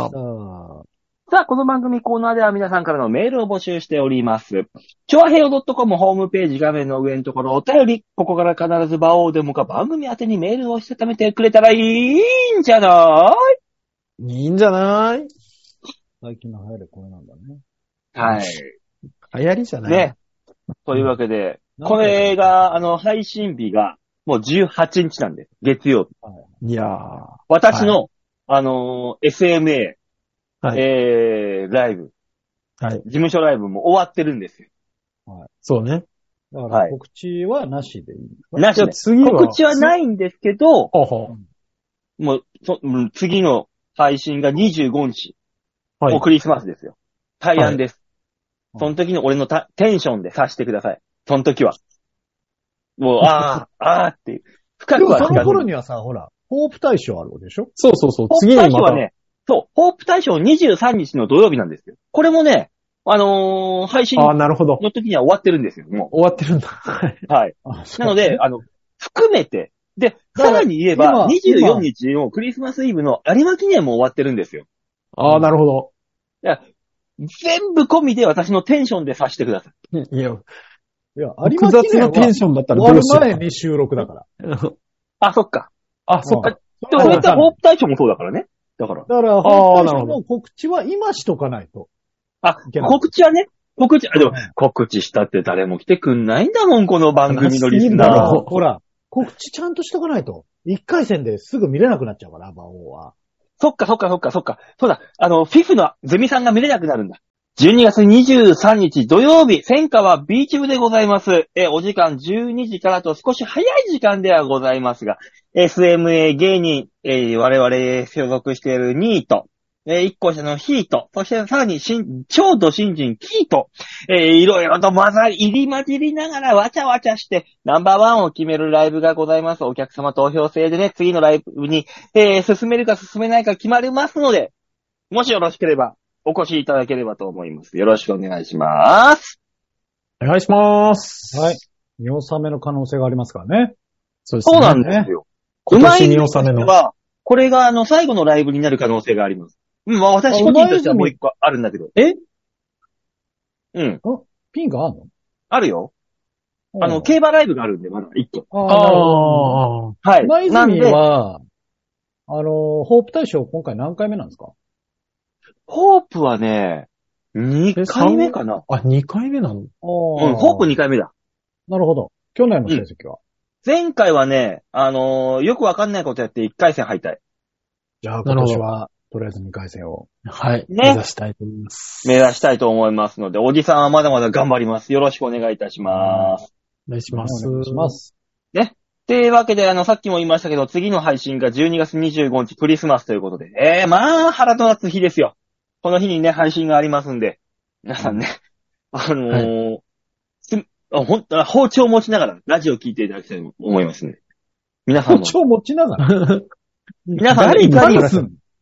さあ、この番組コーナーでは皆さんからのメールを募集しております。ちょあへよ .com ホームページ画面の上のところお便り、ここから必ず場をデモか番組宛てにメールをしたためてくれたらいいんじゃないいいんじゃない最近の流行りこれなんだね。 はい。 流行りじゃないね。というわけで、うん、これが、あの、配信日がもうじゅうはちにちなんです。月曜日。 いやー。 私の、はい、あのー、エスエムエー、 はい、 えー、ライブ。 はい。 事務所ライブも終わってるんですよ。 はい。そうね。 だから告知はなしでいいんですか、 はい、なしで。次は告知はないんですけど、 ほうほうもうそ、次の配信がにじゅうごにち。はい。もうクリスマスですよ。大安です。はい、その時の俺のたテンションで察してください。その時は。もう、あー、あーっていう。深くはでもその頃にはさ、ほら、ホープ大賞あるでしょ？ そうそうそう。 次にまた。ホープ大賞はね、そう、ホープ大賞にじゅうさんにちの土曜日なんですよ。これもね、あのー、配信の時には終わってるんですよ。もう終わってるんだ。 はい。なので、あの、含めて、で、さらに言えば、にじゅうよっかのクリスマスイブの有馬記念も終わってるんですよ。 ああ、なるほど。 いや、全部込みで私のテンションで察してください。 いや、 いや、有馬記念はテンションだったら終わる前に収録だから。 あ、そっか。 あ、そっか。 でも、そういったホープ大賞もそうだからね。だから。 だから、ホープ大賞の告知は今しとかないと。 あ、告知はね、告知、あ、でも、告知したって誰も来てくんないんだもん、この番組のリスナー。 ほら、告知ちゃんとしとかないと。一回戦ですぐ見れなくなっちゃうから、馬王は。 そっかそっかそっかそっか。そうだ、あの、フィフ のゼミさんが見れなくなるんだ。じゅうにがつにじゅうさんにち土曜日、戦火はビーチ部でございます。え、お時間じゅうにじからと少し早い時間ではございますが、エスエムエー 芸人、えー、我々所属しているニート、えー、一個下のヒート、そしてさらに新、超ド新人キート、えー、いろいろと混ざり、入り混じりながらわちゃわちゃしてナンバーワンを決めるライブがございます。お客様投票制でね、次のライブに、えー、進めるか進めないか決まりますので、もしよろしければお越しいただければと思います。よろしくお願いします。 お願いします。 はい。見納めの可能性がありますからね。 そうですね。そうなんですよ。 今年見納めの。 は、これがあの最後のライブになる可能性があります。うん、まあ私個人としてはもう一個あるんだけど。 えうん。 あ、ピンがあるの？ あるよ。あの、競馬ライブがあるんで、まだ一個。 ああ。 はい。 今泉は、あの、ホープ大賞今回何回目なんですか？ ホープはね、にかいめかな。 あ、にかいめなの？うん、 ホープにかいめだ。 なるほど。去年の成績は、 うん、前回はね、あのー、よくわかんないことやっていっかい戦敗退。 じゃあ今年は、とりあえずにかい戦を。 はい。 ね。 目指したいと思います。 目指したいと思いますので、おじさんはまだまだ頑張ります。よろしくお願いいたします。 お願いします。 お願いします。 ね。というわけで、あの、さっきも言いましたけど、次の配信がじゅうにがつにじゅうごにちクリスマスということで、えー、まあ、腹の立つ日ですよ。この日にね、配信がありますんで、皆さんね、あのー、はい、ほんと、包丁を持ちながらラジオを聞いていただきたいと思いますんで。皆さんも。 包丁持ちながら皆さんの怒りを。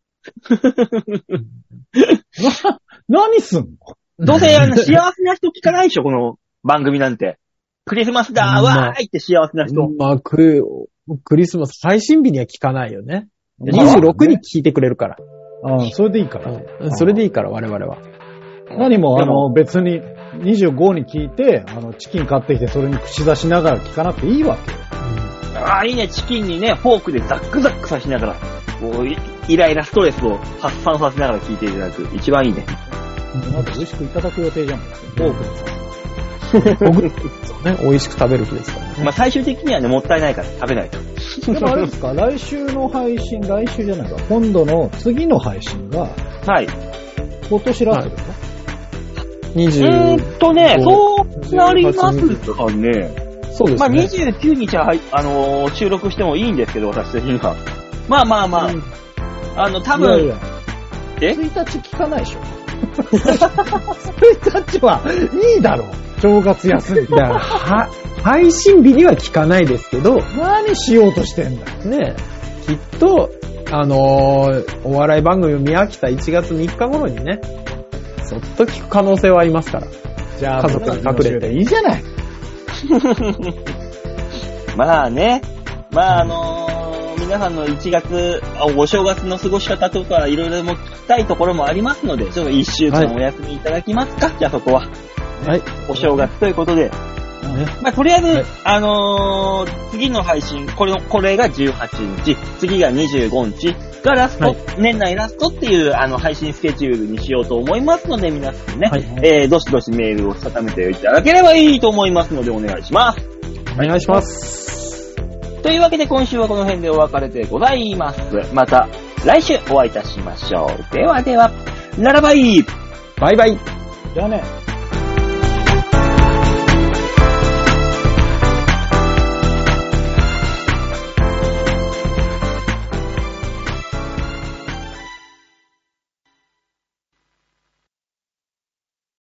何すんのどうせあの幸せな人聞かないでしょ、この番組なんて。クリスマスだー、わーいって幸せな人。 まあ、クリスマス、配信日には聞かないよね。にじゅうろくに聞いてくれるから。 ああ、それでいいから。 うん、それでいいから、我々は。 何も、あの、別ににじゅうごに聞いて、あの、チキン買ってきて、それに串刺しながら聞かなくていいわけよ。 うん、ああ、いいね、チキンにね、フォークでザックザック刺しながら、もう、イライラストレスを発散させながら聞いていただく。一番いいね。 なんか美味しくいただく予定じゃん。フォークでさ。 そうね、美味しく食べる日ですからね。 まあ最終的にはね、もったいないから食べないと。 でもあれですか、来週の配信、来週じゃないか、今度の次の配信が、 はい。 今年ラストですか？ にじゅう。 えーっとね、そうなりますかね。 そうですね。 まあにじゅうくにちは、はい、あのー、収録してもいいんですけど、私的には。まあまあまあ、うん、あの、多分、いやいやえついたち聞かないでしょ。ついたちはいいだろう。正月休み。 だから、は、 配信日には聞かないですけど、 何しようとしてんだ。 ね、きっと、あのー、お笑い番組を見飽きたいちがつみっか頃にね、そっと聞く可能性はありますから。 じゃあ、 家族に隠れていいじゃない。 まあね、まああのー、皆さんのいちがつ、お正月の過ごし方とかいろいろも聞きたいところもありますので、ちょっといっしゅうかんお休みいただきますか、はい、じゃあそこは。 はい。 お正月ということで。ね、まあ、とりあえず、はい、あのー、次の配信、これの、これがじゅうはちにち、次がにじゅうごにちがラスト、はい、年内ラストっていう、あの、配信スケジュールにしようと思いますので、皆さんね、はい、えー、どしどしメールを定めていただければいいと思いますので、お願いします。 お願いします。 というわけで、今週はこの辺でお別れでございます。また、来週お会いいたしましょう。ではでは、ララバイ！ バイバイ！ じゃあね。